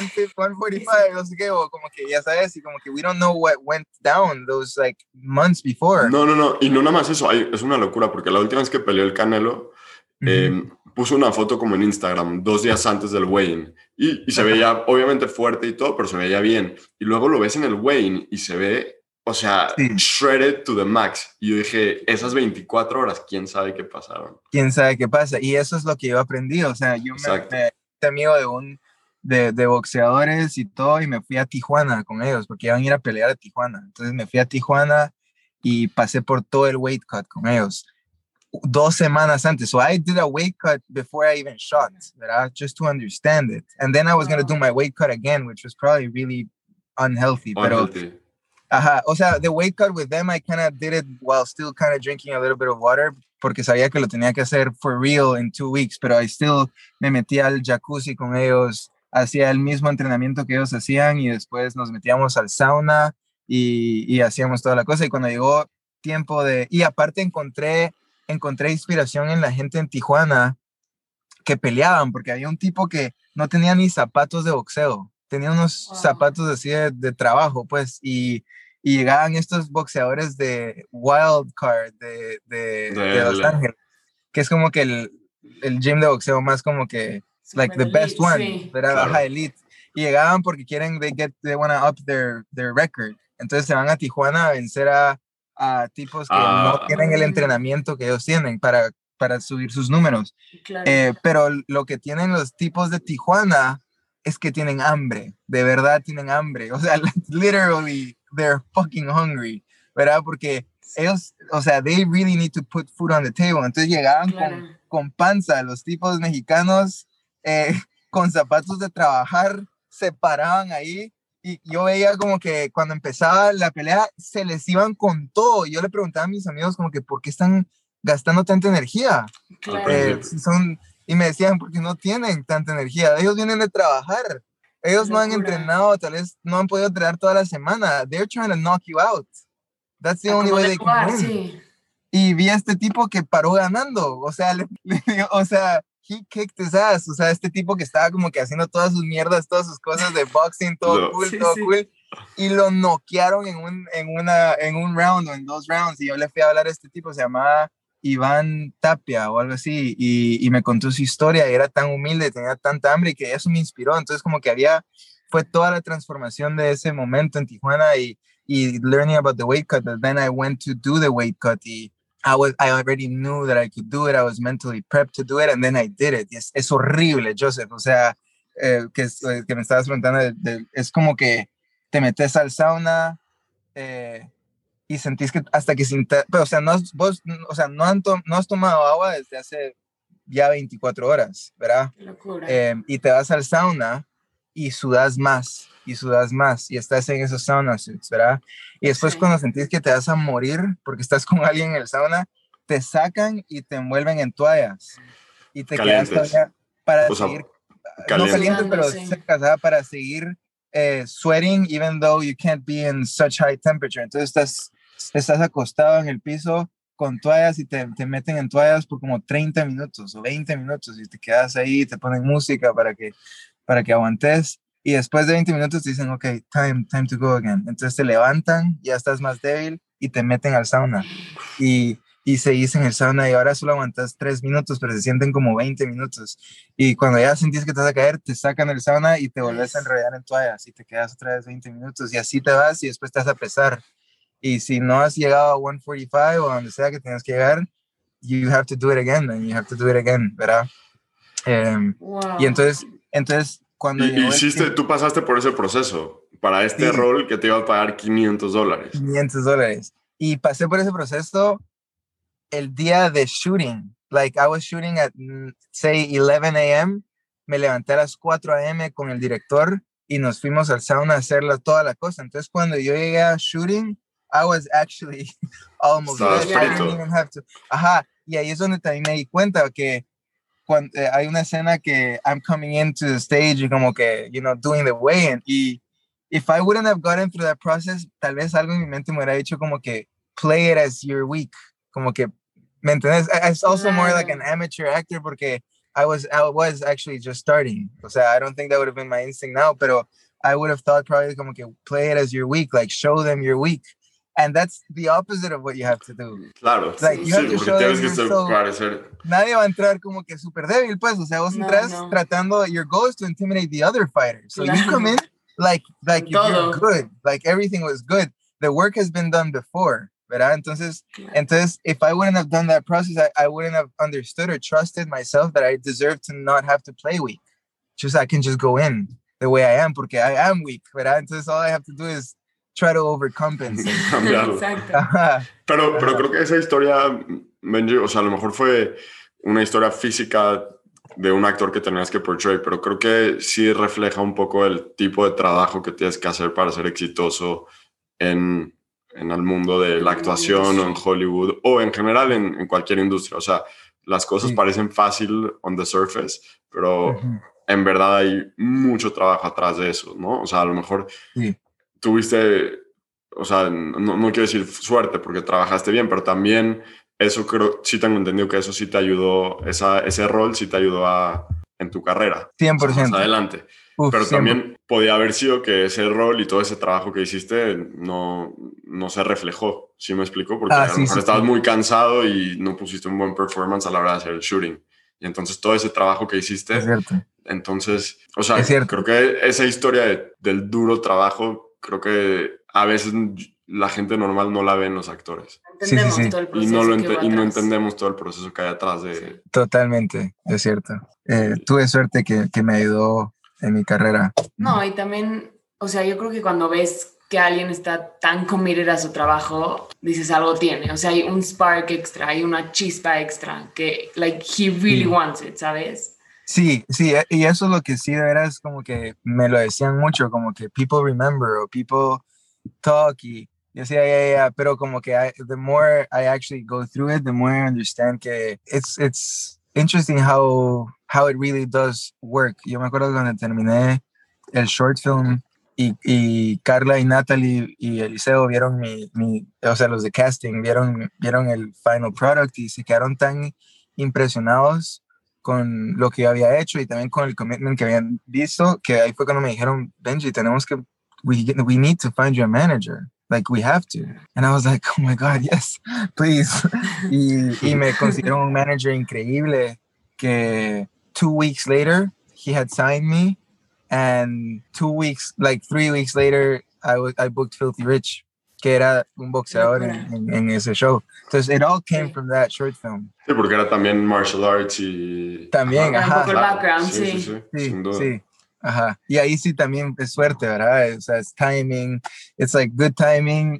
Speaker 1: 145, no sé qué, o como que ya sabes, y como que we don't know what went down those like months before.
Speaker 3: No, y no nada más eso, es una locura, porque la última vez que peleó el Canelo, puso una foto como en Instagram 2 días antes del weigh-in, y se veía obviamente fuerte y todo, pero se veía bien, y luego lo ves en el weigh-in y se ve, o sea, shredded to the max. Y yo dije, esas 24 horas, ¿quién sabe qué pasaron?
Speaker 1: ¿Quién sabe qué pasa? Y eso es lo que yo aprendí. O sea, yo me hice amigo de boxeadores y todo, y me fui a Tijuana con ellos, porque iban a ir a pelear a Tijuana. Entonces me fui a Tijuana y pasé por todo el weight cut con ellos 2 semanas antes. So I did a weight cut before I even shot, ¿verdad? Just to understand it. And then I was going to do my weight cut again, which was probably really unhealthy. Pero o sea, the weight cut with them, I kind of did it while still kind of drinking a little bit of water, porque sabía que lo tenía que hacer for real in 2 weeks, pero I still me metía al jacuzzi con ellos, hacía el mismo entrenamiento que ellos hacían y después nos metíamos al sauna y hacíamos toda la cosa. Y cuando llegó tiempo y aparte encontré inspiración en la gente en Tijuana que peleaban, porque había un tipo que no tenía ni zapatos de boxeo, tenía unos zapatos así de trabajo, pues, y llegaban estos boxeadores de Wild Card de Los Ángeles, que es como que el gym de boxeo más como que like the best one, pero elite, y llegaban porque they want to up their record, entonces se van a Tijuana a vencer a tipos que no tienen el entrenamiento que ellos tienen para subir sus números, pero lo que tienen los tipos de Tijuana es que tienen hambre, de verdad tienen hambre, o sea, literally, they're fucking hungry, ¿verdad? Porque ellos, o sea, they really need to put food on the table, entonces llegaban con panza, los tipos mexicanos con zapatos de trabajar, se paraban ahí, y yo veía como que cuando empezaba la pelea, se les iban con todo, yo le preguntaba a mis amigos como que, ¿por qué están gastando tanta energía? Y me decían, porque no tienen tanta energía. Ellos vienen de trabajar. Ellos no han entrenado, tal vez no han podido entrenar toda la semana. They're trying to knock you out. That's the only way they can win. Sí. Y vi a este tipo que paró ganando. O sea, he kicked his ass. O sea, este tipo que estaba como que haciendo todas sus mierdas, todas sus cosas de boxing, todo cool. Y lo noquearon en un round o en 2 rounds. Y yo le fui a hablar a este tipo, se llamaba Iván Tapia o algo así, y me contó su historia, y era tan humilde, tenía tanta hambre, y que eso me inspiró. Entonces como que fue toda la transformación de ese momento en Tijuana, y learning about the weight cut. But then I went to do the weight cut, y I already knew that I could do it. I was mentally prepped to do it, and then I did it. Es horrible, Joseph, o sea, que me estabas preguntando, es como que te metes al sauna, y sentís que hasta que pero, o sea, no has tomado agua desde hace ya 24 horas, ¿verdad?
Speaker 2: Qué locura.
Speaker 1: Y te vas al sauna y sudas más, y estás en esos sauna suits, ¿verdad? Y después cuando sentís que te vas a morir porque estás con alguien en el sauna, te sacan y te envuelven en toallas y te quedas todavía para seguir, no calientes, pero secas, para seguir sweating, even though you can't be in such high temperature. Entonces estás acostado en el piso con toallas y te meten en toallas por como 30 minutos o 20 minutos y te quedas ahí, te ponen música para que aguantes, y después de 20 minutos te dicen, ok, time to go again. Entonces te levantan, ya estás más débil y te meten al sauna, y y seguís en el sauna y ahora solo aguantas 3 minutos, pero se sienten como 20 minutos. Y cuando ya sentís que te vas a caer, te sacan del sauna y te volvés a enrollar en toallas y te quedas otra vez 20 minutos y así te vas y después te vas a pesar. Y si no has llegado a 145 o donde sea que tengas que llegar, you have to do it again, and you have to do it again, ¿verdad? Y entonces cuando llegó
Speaker 3: tú pasaste por ese proceso para este rol que te iba a pagar $500.
Speaker 1: $500. Y pasé por ese proceso el día de shooting. Like, I was shooting at, say, 11 a.m. Me levanté a las 4 a.m. con el director y nos fuimos al sauna a hacer toda la cosa. Entonces, cuando yo llegué a shooting, I was actually almost dead. I didn't even have to. Ajá, y ahí es donde también me di cuenta que cuando, hay una escena que I'm coming into the stage y como que, you know, doing the weigh-in. Y if I wouldn't have gotten through that process, tal vez algo en mi mente me hubiera dicho como que play it as you're weak. Como que, ¿me entiendes? It's also more like an amateur actor porque I was actually just starting. O sea, I don't think that would have been my instinct now, pero I would have thought probably como que play it as you're weak, like show them you're weak. And that's the opposite of what you have to do.
Speaker 3: Claro,
Speaker 1: like, you have to show
Speaker 3: tienes que
Speaker 1: parecer. Nadie va a entrar como que súper débil, pues. O sea, vos entras tratando, your goal is to intimidate the other fighter. So you come in like you're good. Like everything was good. The work has been done before, ¿verdad? Entonces, if I wouldn't have done that process, I wouldn't have understood or trusted myself that I deserve to not have to play weak. Just I can just go in the way I am porque I am weak, ¿verdad? Entonces all I have to do is try to overcompensate.
Speaker 2: Exacto.
Speaker 3: Pero creo que esa historia, Benji, o sea, a lo mejor fue una historia física de un actor que tenías que portray, pero creo que sí refleja un poco el tipo de trabajo que tienes que hacer para ser exitoso en el mundo de la actuación o en Hollywood o en general en cualquier industria. O sea, las cosas parecen fácil on the surface, pero en verdad hay mucho trabajo atrás de eso, ¿no? O sea, a lo mejor tuviste, o sea, no quiero decir suerte porque trabajaste bien, pero también eso creo, sí tengo entendido que eso sí te ayudó, ese rol sí te ayudó en tu carrera.
Speaker 1: 100%.
Speaker 3: O sea, más adelante. Pero 100%. También podía haber sido que ese rol y todo ese trabajo que hiciste no se reflejó, ¿sí me explico? Porque a lo mejor estabas muy cansado y no pusiste un buen performance a la hora de hacer el shooting. Y entonces todo ese trabajo que hiciste, entonces, o sea, creo que esa historia del duro trabajo, creo que a veces la gente normal no la ve en los actores.
Speaker 2: Entendemos todo el proceso
Speaker 3: y no entendemos todo el proceso que hay atrás de...
Speaker 1: Totalmente, es cierto. Tuve suerte que me ayudó en mi carrera.
Speaker 2: No, y también, o sea, yo creo que cuando ves que alguien está tan committed a su trabajo, dices algo tiene, o sea, hay un spark extra, hay una chispa extra que, like, he really wants it, ¿sabes?
Speaker 1: Sí, y eso es lo que sí de veras como que me lo decían mucho, como que people remember o people talk y yo decía, pero como que the more I actually go through it, the more I understand que it's interesting how it really does work. Yo me acuerdo cuando terminé el short film y Carla y Natalie y Eliseo vieron o sea, los de casting, vieron el final product y se quedaron tan impresionados con lo que yo había hecho y también con el commitment que habían visto, que ahí fue cuando me dijeron, Benji, we need to find you a manager. Like, we have to. And I was like, oh my God, yes, please. y me consiguieron un manager increíble que 2 weeks later, he had signed me. And 3 weeks later, I booked Filthy Rich, que era un boxeador en ese show. Entonces, it all came from that short film.
Speaker 3: Sí, porque era también martial arts y...
Speaker 1: También,
Speaker 2: un poco el background,
Speaker 3: sí, sin duda.
Speaker 1: Sí. Ajá. Y ahí sí también es suerte, ¿verdad? O sea, es timing. It's like good timing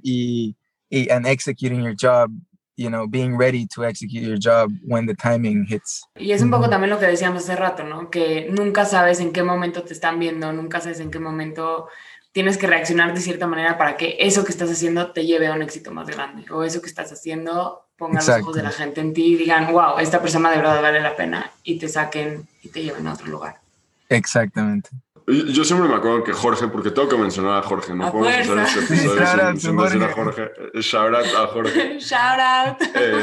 Speaker 1: and executing your job, you know, being ready to execute your job when the timing hits.
Speaker 2: Y es un poco también lo que decíamos hace rato, ¿no? Que nunca sabes en qué momento te están viendo, nunca sabes en qué momento tienes que reaccionar de cierta manera para que eso que estás haciendo te lleve a un éxito más grande. O eso que estás haciendo ponga los ojos de la gente en ti y digan, wow, esta persona de verdad vale la pena, y te saquen y te lleven a otro lugar.
Speaker 1: Exactamente.
Speaker 3: Yo siempre me acuerdo que Jorge, porque tengo que mencionar a Jorge, no podemos hacer este episodio sin decir a Jorge. Shout out a Jorge.
Speaker 2: Shout out.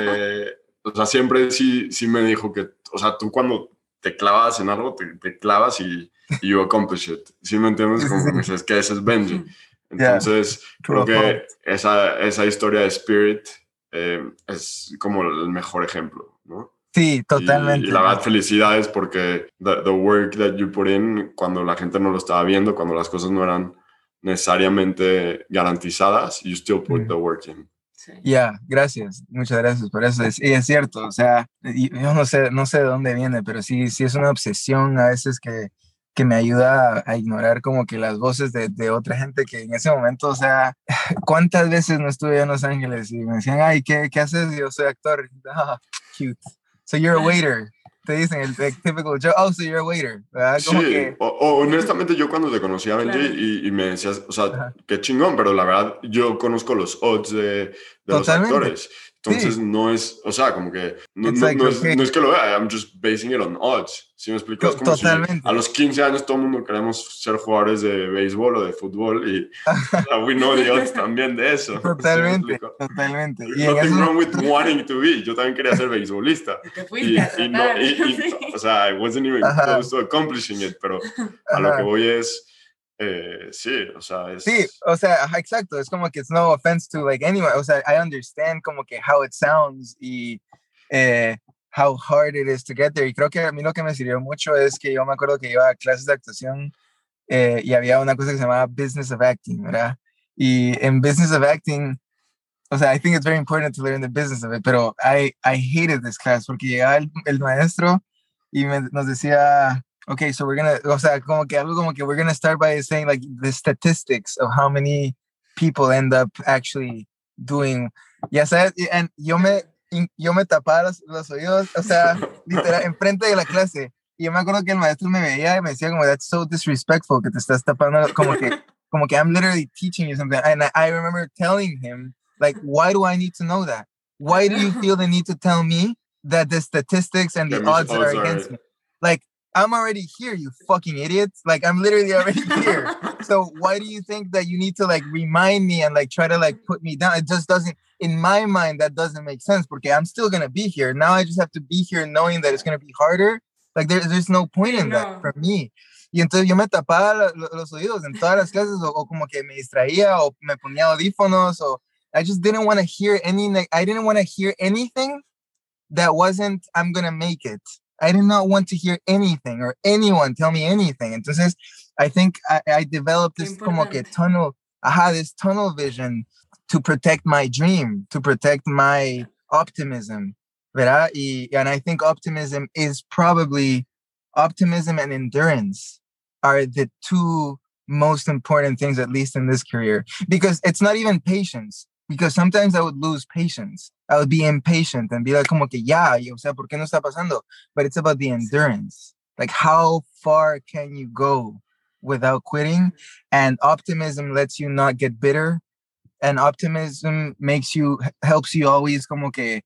Speaker 3: O sea, siempre sí me dijo que, o sea, tú cuando te clavas en algo, te clavas y you accomplish it. ¿Sí me entiendes? Como que dices que ese es Benji. Entonces, creo que esa historia de Spirit es como el mejor ejemplo, ¿no?
Speaker 1: Sí,
Speaker 3: Y
Speaker 1: totalmente.
Speaker 3: la verdad, felicidades porque the work that you put in, cuando la gente no lo estaba viendo, cuando las cosas no eran necesariamente garantizadas, you still put the work in.
Speaker 2: Sí.
Speaker 1: Ya, gracias, muchas gracias por eso. Y es cierto, o sea, yo no sé de dónde viene, pero sí es una obsesión a veces que me ayuda a ignorar como que las voces de otra gente que en ese momento, o sea, ¿cuántas veces no estuve en Los Ángeles y me decían, ay, ¿qué haces? Yo soy actor. Ah, cute. So you're a waiter. Te dicen el típico joke, oh, so you're a waiter, ¿verdad? Como
Speaker 3: Sí,
Speaker 1: que...
Speaker 3: o honestamente yo cuando te conocí a Benji
Speaker 2: Claro.
Speaker 3: y me decías, o sea,
Speaker 1: Ajá.
Speaker 3: qué chingón, pero la verdad yo conozco los odds de los
Speaker 1: Totalmente,
Speaker 3: actores. Entonces
Speaker 1: sí,
Speaker 3: no es, o sea, como que no,
Speaker 1: it's
Speaker 3: no,
Speaker 1: like,
Speaker 3: no es,
Speaker 1: okay,
Speaker 3: no es que lo vea, I'm just basing it on odds. ¿Sí me explico? Es como si a
Speaker 1: totalmente.
Speaker 3: los 15 años todo el mundo queremos ser jugadores de béisbol o de fútbol y o sea, we know the odds también de eso. ¿Sí me
Speaker 1: Totalmente,
Speaker 3: explico?
Speaker 1: totalmente. Y en
Speaker 3: Nothing
Speaker 1: esos
Speaker 3: wrong with
Speaker 1: momentos,
Speaker 3: wanting to be. Yo también quería ser beisbolista.
Speaker 2: Y te fuiste a
Speaker 3: Y no,
Speaker 2: tratar. Sí.
Speaker 3: o sea, I wasn't even
Speaker 1: ajá,
Speaker 3: close to accomplishing it, pero a lo que
Speaker 1: ajá.
Speaker 3: voy es, sí, o sea,
Speaker 1: Sí,
Speaker 3: es...
Speaker 1: o sea, ajá, exacto. Es como que it's no offense to like anyone. O sea, I understand como que how it sounds y how hard it is to get there. Y creo que a mí lo que me sirvió mucho es que yo me acuerdo que iba a clases de actuación y había una cosa que se llamaba Business of Acting, ¿verdad? Y en Business of Acting, o sea, I think it's very important to learn the business of it, pero I hated this class porque llegaba el maestro y nos decía, okay, so we're gonna, o sea, como que algo como que we're gonna start by saying like the statistics of how many people end up actually doing, ya sabes, and yo me tapaba los oídos, o sea, literal, enfrente de la clase. Y yo me acuerdo que el maestro me veía y me decía como, that's so disrespectful que te estás tapando, como que I'm literally teaching you something. And I remember telling him, like, why do I need to know that? Why do you feel the need to tell me that the statistics and
Speaker 3: Que
Speaker 1: the
Speaker 3: mis
Speaker 1: odds are
Speaker 3: odds
Speaker 1: against
Speaker 3: are...
Speaker 1: me? Like, I'm already here, you fucking idiots. Like, I'm literally already here. So why do you think that you need to like remind me and like try to like put me down? It just doesn't, in my mind, that doesn't make sense because I'm still gonna be here. Now I just have to be here knowing that it's gonna be harder. Like there's no point
Speaker 2: Sí,
Speaker 1: in that
Speaker 2: no.
Speaker 1: for me. Y entonces yo me tapaba los oídos en todas las clases o como que me distraía o me ponía audífonos o I just didn't want to hear I didn't want to hear anything that wasn't I'm gonna make it. I did not want to hear anything or anyone tell me anything. Entonces, I think I developed this como que this tunnel vision to protect my dream, to protect my optimism, ¿verdad? And I think optimism and endurance are the two most important things, at least in this career, because it's not even patience. Because sometimes I would lose patience. I would be impatient and be like, como que ya, o sea, ¿por qué no está pasando? But it's about the endurance. Like, how far can you go without quitting? And optimism lets you not get bitter. And optimism helps you always como que,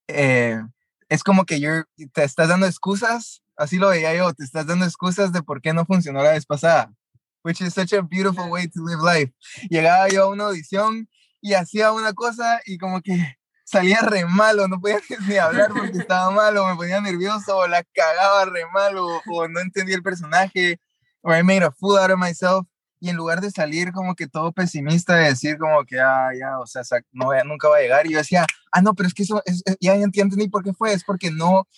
Speaker 1: es como que te estás dando excusas. Así lo veía yo, te estás dando excusas de por qué no funcionó la vez pasada. Which is such a beautiful way to live life. Llegaba yo a una audición y hacía una cosa y como que salía re malo, no podía ni hablar porque estaba malo, me ponía nervioso, o la cagaba re mal, o no entendía el personaje, or I made a fool out of myself. Y en lugar de salir como que todo pesimista, de decir como que, ya, o sea, nunca va a llegar. Y yo decía, no, pero es que eso, ya entendí por qué fue, es porque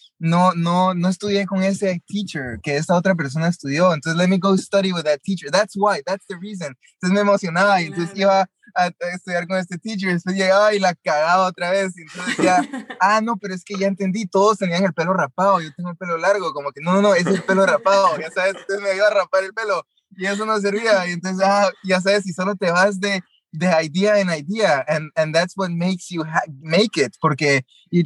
Speaker 1: no estudié con ese teacher que esta otra persona estudió. Entonces, let me go study with that teacher. That's why, that's the reason. Entonces me emocionaba y entonces iba a estudiar con este teacher. Después llegaba y la cagaba otra vez. Y entonces decía, no, pero es que ya entendí, todos tenían el pelo rapado, yo tengo el pelo largo, como que no, es el pelo rapado, ya sabes, entonces me iba a rapar el pelo. Y eso no servía. Y entonces, ya sabes, si solo te vas de idea en idea, and that's what makes you make it, porque you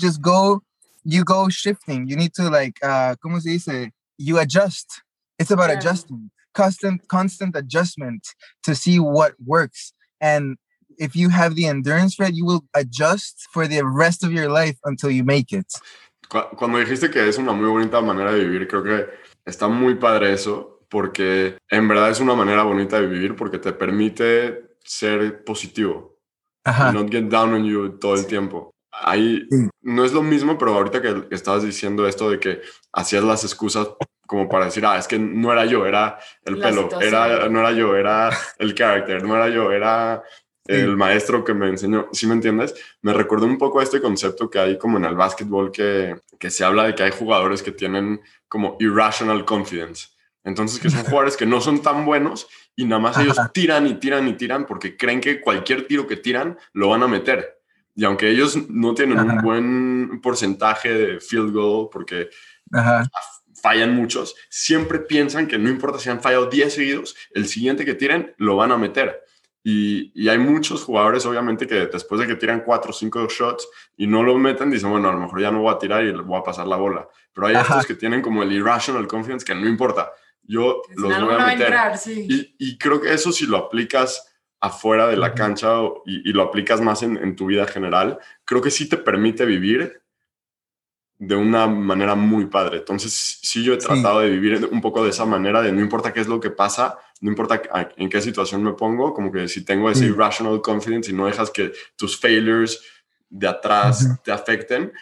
Speaker 1: go shifting. You need to like, ¿cómo se dice? You adjust. It's about adjusting, constant adjustment to see what works. And if you have the endurance for it, you will adjust for the rest of your life until you make it.
Speaker 3: Cuando dijiste que es una muy bonita manera de vivir, creo que está muy padre eso, porque en verdad es una manera bonita de vivir porque te permite ser positivo.
Speaker 1: Ajá.
Speaker 3: Y not get down on you todo el tiempo. Ahí no es lo mismo, pero ahorita que estabas diciendo esto de que hacías las excusas como para decir, es que no era yo, era el pelo, no era yo, era el character, no era yo, era el maestro que me enseñó, ¿sí me entiendes? Me recordó un poco a este concepto que hay como en el básquetbol que se habla de que hay jugadores que tienen como irrational confidence. Entonces, que son jugadores que no son tan buenos y nada más ellos tiran y tiran y tiran porque creen que cualquier tiro que tiran lo van a meter. Y aunque ellos no tienen un buen porcentaje de field goal porque fallan muchos, siempre piensan que no importa si han fallado 10 seguidos, el siguiente que tiren lo van a meter. Y hay muchos jugadores, obviamente, que después de que tiran 4 o 5 shots y no lo meten, dicen, bueno, a lo mejor ya no voy a tirar y le voy a pasar la bola. Pero hay estos que tienen como el irrational confidence, que no importa, yo los voy a meter. Entrar, sí. Y creo que eso, si lo aplicas afuera de la cancha y lo aplicas más en tu vida general, creo que sí te permite vivir de una manera muy padre. Entonces, sí, yo he tratado de vivir un poco de esa manera, de no importa qué es lo que pasa, no importa en qué situación me pongo, como que si tengo ese irrational confidence y no dejas que tus failures de atrás te afecten,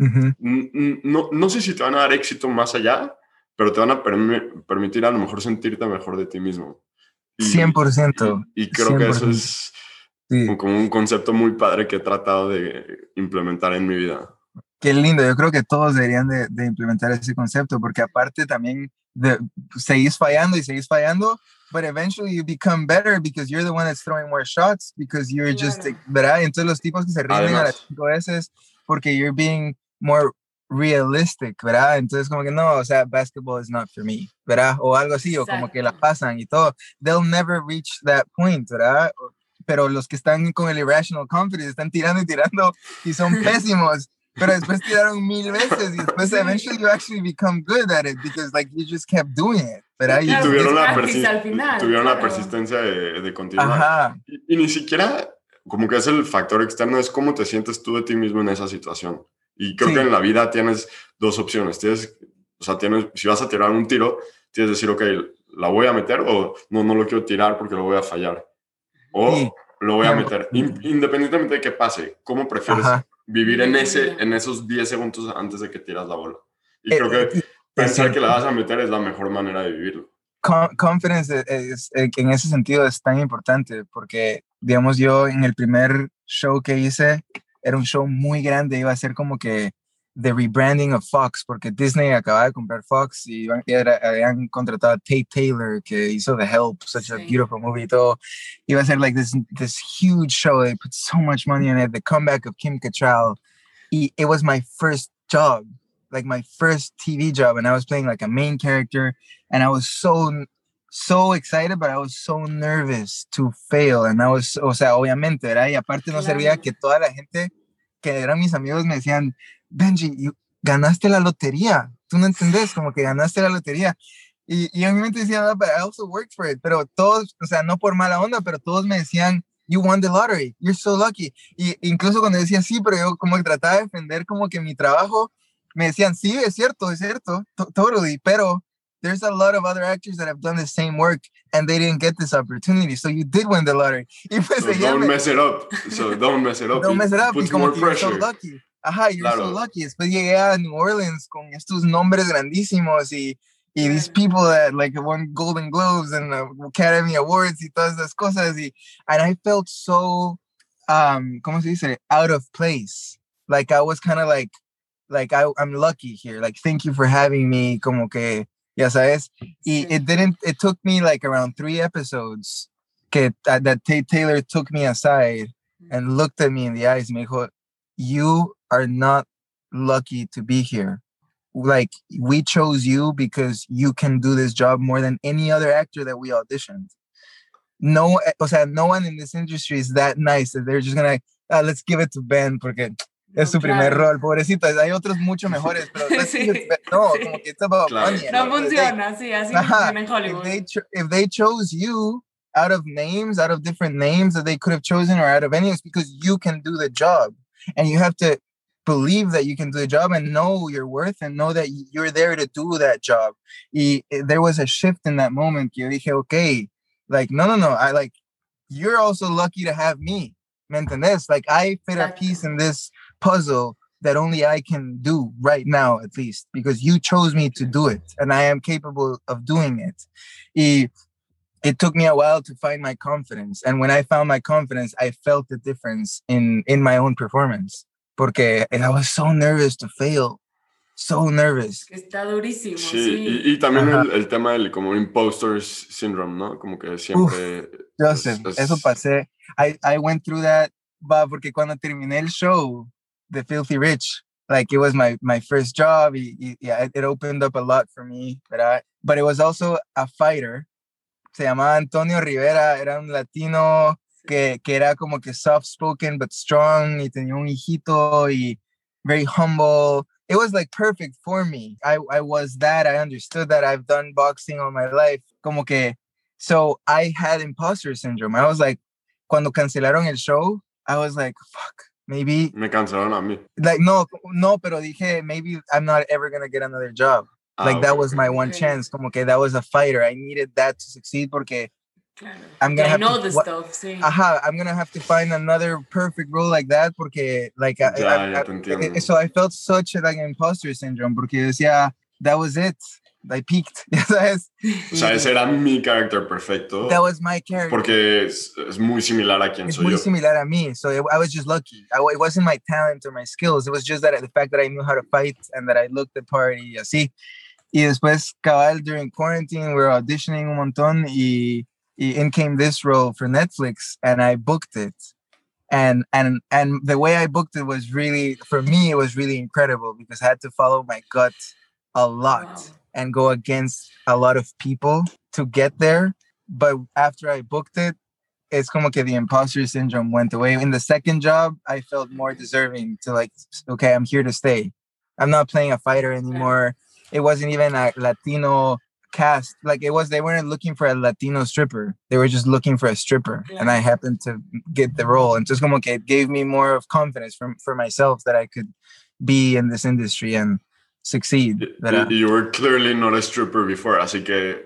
Speaker 3: no sé si te van a dar éxito más allá, pero te van a permitir a lo mejor sentirte mejor de ti mismo.
Speaker 1: 100%.
Speaker 3: Y creo
Speaker 1: 100%.
Speaker 3: que eso es como un concepto muy padre que he tratado de implementar en mi vida.
Speaker 1: Qué lindo, yo creo que todos deberían de implementar ese concepto, porque aparte también seguís fallando, but eventually you become better because you're the one that's throwing more shots, because you're just, ¿verdad? Entonces los tipos que se rinden a las 5 veces porque you're being more realistic, ¿verdad? Entonces como que no, o sea, basketball is not for me, ¿verdad? O algo así, o como que la pasan y todo. They'll never reach that point, ¿verdad? Pero los que están con el irrational confidence están tirando y tirando y son pésimos. Pero después tiraron 1000 veces y después eventually you actually become good at it because like you just kept doing it. ¿Verdad?
Speaker 3: Y tuvieron la persistencia de continuar. Y ni siquiera como que es el factor externo, es cómo te sientes tú de ti mismo en esa situación. Y creo que en la vida tienes 2 opciones. Si vas a tirar un tiro, tienes que decir, ok, ¿la voy a meter o no lo quiero tirar porque lo voy a fallar? O lo voy a meter. Independientemente de qué pase, ¿cómo prefieres vivir en esos 10 segundos antes de que tiras la bola? Y creo que pensar que la vas a meter es la mejor manera de vivirlo.
Speaker 1: Confidence en ese sentido es tan importante porque, digamos, yo en el primer show que hice, era un show muy grande, iba a ser como que the rebranding of Fox, porque Disney acababa de comprar Fox y habían contratado a Tate Taylor, que hizo The Help, such a beautiful movie y todo. Iba a ser like this huge show. They put so much money in it. The comeback of Kim Cattrall. It was my first job, like my first TV job, and I was playing like a main character, and I was so excited, but I was so nervous to fail. And I was, o sea, obviamente, ¿verdad? Y aparte no servía que toda la gente que eran mis amigos me decían, Benji, ganaste la lotería. Tú no entendés, como que ganaste la lotería. Y obviamente decían, no, but I also worked for it. Pero todos, o sea, no por mala onda, pero todos me decían, you won the lottery, you're so lucky. Y incluso cuando decía sí, pero yo como que trataba de defender como que mi trabajo, me decían, sí, es cierto, totally, pero there's a lot of other actors that have done the same work and they didn't get this opportunity, so you did win the lottery. Y pues
Speaker 3: so don't mess it up. Don't mess it up.
Speaker 1: Y como que you're so lucky. You're so lucky. Después llegué a New Orleans con estos nombres grandísimos y these people that like won Golden Globes and Academy Awards y todas esas cosas. And I felt so, ¿cómo se dice? Out of place. Like I was kind of like I'm lucky here. Like, thank you for having me. Como que, ya sabes. Y it took me like around 3 episodes that Tate Taylor took me aside and looked at me in the eyes and me dijo, you are not lucky to be here. Like, we chose you because you can do this job more than any other actor that we auditioned. No one in this industry is that nice that they're just gonna, let's give it to Ben porque es su primer rol, pobrecito. Hay otros mucho mejores, pero como que it's about money.
Speaker 2: No funciona, así funciona en Hollywood.
Speaker 1: If they chose you out of different names that they could have chosen or out of any, it's because you can do the job. And you have to believe that you can do the job and know your worth and know that you're there to do that job. Y there was a shift in that moment. Yo dije, okay, like, no. You're also lucky to have me. ¿Me entendés? Like, I fit a piece in this puzzle that only I can do right now, at least, because you chose me to do it and I am capable of doing it. Y it took me a while to find my confidence. And when I found my confidence, I felt the difference in my own performance. Porque I was so nervous to fail. So nervous.
Speaker 2: Está durísimo,
Speaker 3: Sí,
Speaker 2: sí.
Speaker 3: y también el tema del como imposter syndrome, ¿no? Como que siempre...
Speaker 1: Joseph, eso pasé. I went through that, porque cuando terminé el show, The Filthy Rich, like it was my first job. It opened up a lot for me. But it was also a fighter. Se llamaba Antonio Rivera, era un latino que era como que soft-spoken but strong, y tenía un hijito, y very humble. It was like perfect for me. I was that. I understood that. I've done boxing all my life. Como que, so I had imposter syndrome. I was like, cuando cancelaron el show, I was like, fuck, maybe.
Speaker 3: Me cancelaron a mí.
Speaker 1: Like, no, pero dije, maybe I'm not ever going to get another job. Like, that was my one chance. Como que that was a fighter. I needed that to succeed porque I'm gonna have to,
Speaker 2: stuff, sí.
Speaker 1: I'm gonna have to find another perfect role like that porque like so I felt such like an imposter syndrome porque decía, that was it, I peaked. ¿Sabes?
Speaker 3: O sea, ese era mi carácter perfecto.
Speaker 1: That was my character.
Speaker 3: Porque es muy similar a quien soy yo.
Speaker 1: Es muy similar a mí. So I was just lucky. It wasn't my talent or my skills. It was just that the fact that I knew how to fight and that I looked the part y así. Y después, cabal, during quarantine, we were auditioning un montón y in came this role for Netflix, and I booked it. And the way I booked it was really, for me, it was really incredible because I had to follow my gut a lot and go against a lot of people to get there. But after I booked it, it's como que the imposter syndrome went away. In the second job, I felt more deserving to like, okay, I'm here to stay. I'm not playing a fighter anymore. It wasn't even a Latino cast. Like they weren't looking for a Latino stripper. They were just looking for a stripper. Yeah. And I happened to get the role. And just como que it gave me more of confidence for myself that I could be in this industry and succeed.
Speaker 3: You were clearly not a stripper before, así que...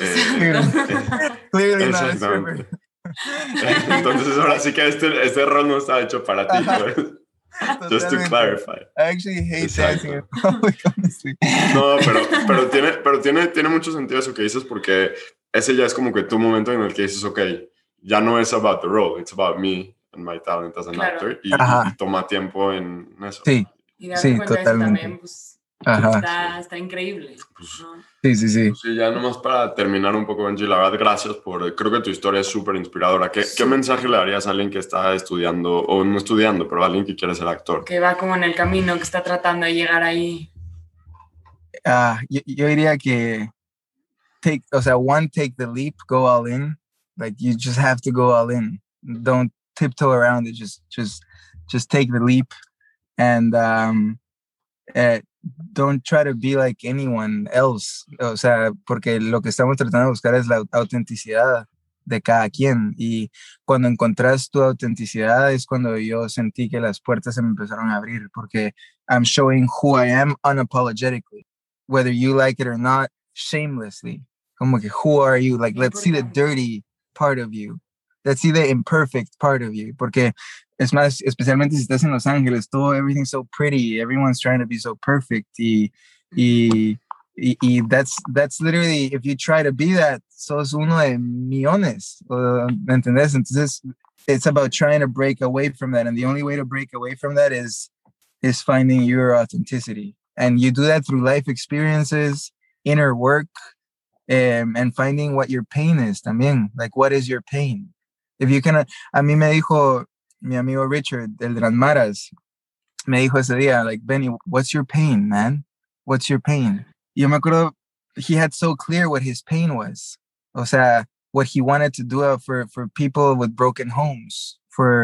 Speaker 1: clearly not a stripper.
Speaker 3: Entonces ahora sí que este rol no está hecho para ti. Just to clarify.
Speaker 1: I actually hate dancing in public, honestly.
Speaker 3: No, pero tiene mucho sentido eso que dices porque ese ya es como que tu momento en el que dices, ok, ya no es about the role, it's about me and my talent as an actor y toma tiempo en eso.
Speaker 1: Sí,
Speaker 2: y darse cuenta de eso también, pues, está increíble.
Speaker 3: Pues,
Speaker 2: ¿no?
Speaker 1: Sí.
Speaker 3: Sí, ya nomás para terminar un poco, Benji, la verdad, gracias creo que tu historia es súper inspiradora. ¿Qué mensaje le darías a alguien que está estudiando, o no estudiando, pero a alguien que quiere ser actor?
Speaker 2: Que va como en el camino, que está tratando de llegar ahí.
Speaker 1: Yo diría que take the leap, go all in. Like, you just have to go all in. Don't tiptoe around it. Just take the leap. And don't try to be like anyone else. O sea, porque lo que estamos tratando de buscar es la autenticidad de cada quien. Y cuando encontrás tu autenticidad es cuando yo sentí que las puertas se me empezaron a abrir, porque I'm showing who I am unapologetically, whether you like it or not, shamelessly. Como que, who are you? Like, let's see the dirty part of you. Let's see the imperfect part of you. Porque es más, especialmente si estás en Los Ángeles, everything's so pretty. Everyone's trying to be so perfect. Y that's literally, if you try to be that, sos uno de millones. ¿Me entendés? Entonces, it's about trying to break away from that. And the only way to break away from that is finding your authenticity. And you do that through life experiences, inner work, and finding what your pain is también. Like, what is your pain? If you can, a mí me dijo mi amigo Richard, el de las Maras, me dijo ese día, like, Benny, what's your pain, man? What's your pain? Yo me acuerdo, he had so clear what his pain was. O sea, what he wanted to do for people with broken homes,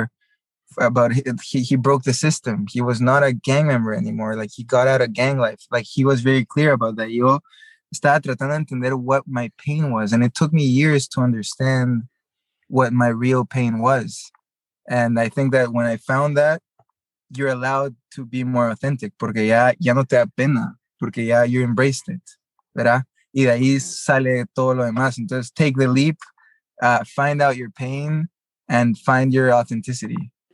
Speaker 1: he broke the system. He was not a gang member anymore. Like, he got out of gang life. Like, he was very clear about that. Yo estaba tratando de entender what my pain was. And it took me years to understand what my real pain was. And I think that when I found that, you're allowed to be more authentic, porque ya no te da pena, porque ya you embraced it, ¿verdad? Y de ahí sale todo lo demás. Entonces, take the leap, find out your pain, and find your authenticity.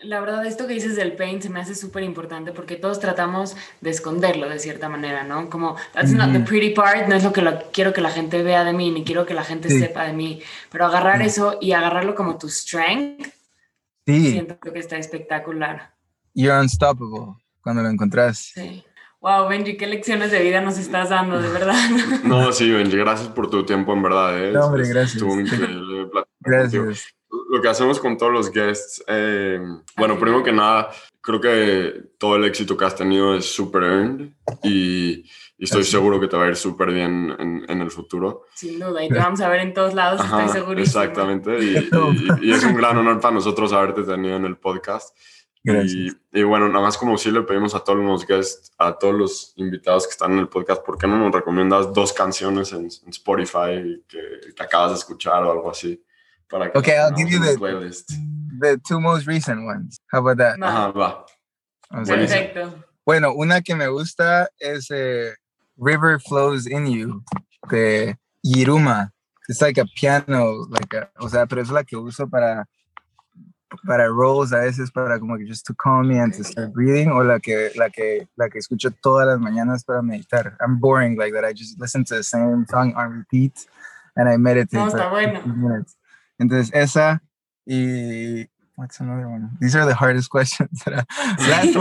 Speaker 2: La verdad, esto que dices del pain se me hace súper importante porque todos tratamos de esconderlo de cierta manera, ¿no? Como, that's not the pretty part, no es lo que quiero que la gente vea de mí, ni quiero que la gente sepa de mí, pero agarrar eso y agarrarlo como tu strength, siento que está espectacular.
Speaker 1: You're unstoppable cuando lo encontrás.
Speaker 2: Sí. Wow, Benji, qué lecciones de vida nos estás dando, de verdad.
Speaker 3: No, sí, Benji, gracias por tu tiempo, en verdad.
Speaker 1: No, hombre, gracias.
Speaker 3: Estuvo increíble platicar
Speaker 1: contigo.
Speaker 3: Gracias. Lo que hacemos con todos los guests, bueno, primero que nada, creo que todo el éxito que has tenido es super earned y estoy seguro que te va a ir súper bien en el futuro.
Speaker 2: Sin duda, y te vamos a ver en todos lados, estoy segurísimo.
Speaker 3: Exactamente, y es un gran honor para nosotros haberte tenido en el podcast. Y bueno, nada más como si le pedimos a todos los guests, a todos los invitados que están en el podcast, ¿por qué no nos recomiendas 2 canciones en Spotify que acabas de escuchar o algo así? Para que
Speaker 1: I'll give you the 2 most recent ones. How about that?
Speaker 3: Ajá, va.
Speaker 2: Perfecto.
Speaker 1: Bueno, una que me gusta es River Flows in You, de Yiruma. It's like a piano, o sea, pero es la que uso para rolls a veces, para como que just to calm me and to start breathing, o la que escucho todas las mañanas para meditar. I'm boring like that. I just listen to the same song on repeat and I meditate
Speaker 2: for
Speaker 1: 15 minutes. Entonces esa y what's another one? These are the hardest questions. Last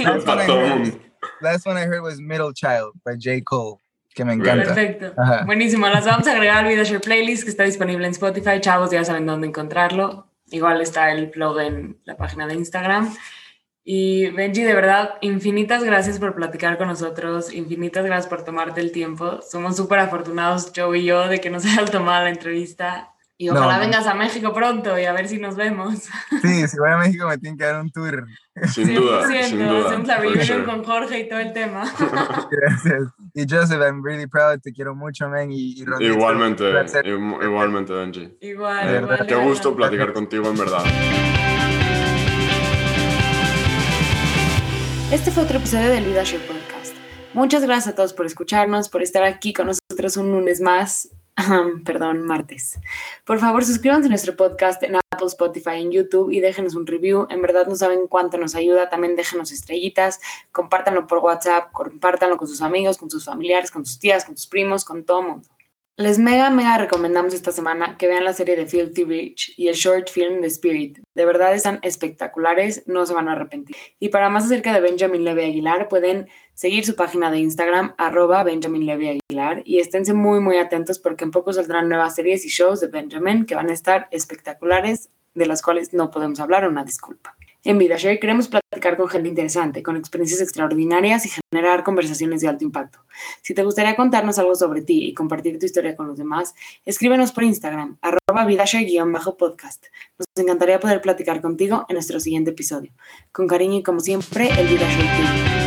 Speaker 1: one I heard was Middle Child by J. Cole, que me encanta.
Speaker 2: Perfecto. Ajá. Buenísimo. Las vamos a agregar al VidaShare Playlist que está disponible en Spotify. Chavos, ya saben dónde encontrarlo. Igual está el blog en la página de Instagram. Y Benji, de verdad, infinitas gracias por platicar con nosotros. Infinitas gracias por tomarte el tiempo. Somos súper afortunados, Joe y yo, de que nos hayas tomado la entrevista. Y ojalá vengas a México pronto y a ver si nos vemos.
Speaker 1: Sí, si voy a México me tienen que dar un tour.
Speaker 3: Sin duda.
Speaker 2: Hacemos la reunión con Jorge y todo el tema.
Speaker 1: Gracias. Y Joseph, I'm really proud. Te quiero mucho, man. Y
Speaker 3: igualmente, Benji.
Speaker 2: Igual.
Speaker 3: Qué gusto platicar contigo, en verdad.
Speaker 2: Este fue otro episodio del VidaShare Podcast. Muchas gracias a todos por escucharnos, por estar aquí con nosotros un lunes más. Martes. Por favor, suscríbanse a nuestro podcast en Apple, Spotify, en YouTube y déjenos un review. En verdad no saben cuánto nos ayuda. También déjenos estrellitas, compártanlo por WhatsApp, compártanlo con sus amigos, con sus familiares, con sus tías, con sus primos, con todo el mundo. Les mega recomendamos esta semana que vean la serie de Filthy Rich y el short film The Spirit. De verdad están espectaculares, no se van a arrepentir. Y para más acerca de Benjamin Levy Aguilar, pueden seguir su página de Instagram, @Benjamin Levy Aguilar, y esténse muy atentos porque en poco saldrán nuevas series y shows de Benjamin que van a estar espectaculares, de las cuales no podemos hablar, una disculpa. En VidaShare queremos platicar con gente interesante, con experiencias extraordinarias y generar conversaciones de alto impacto. Si te gustaría contarnos algo sobre ti y compartir tu historia con los demás, escríbenos por Instagram, @VidaShare_podcast. Nos encantaría poder platicar contigo en nuestro siguiente episodio. Con cariño y como siempre, el VidaShare Team.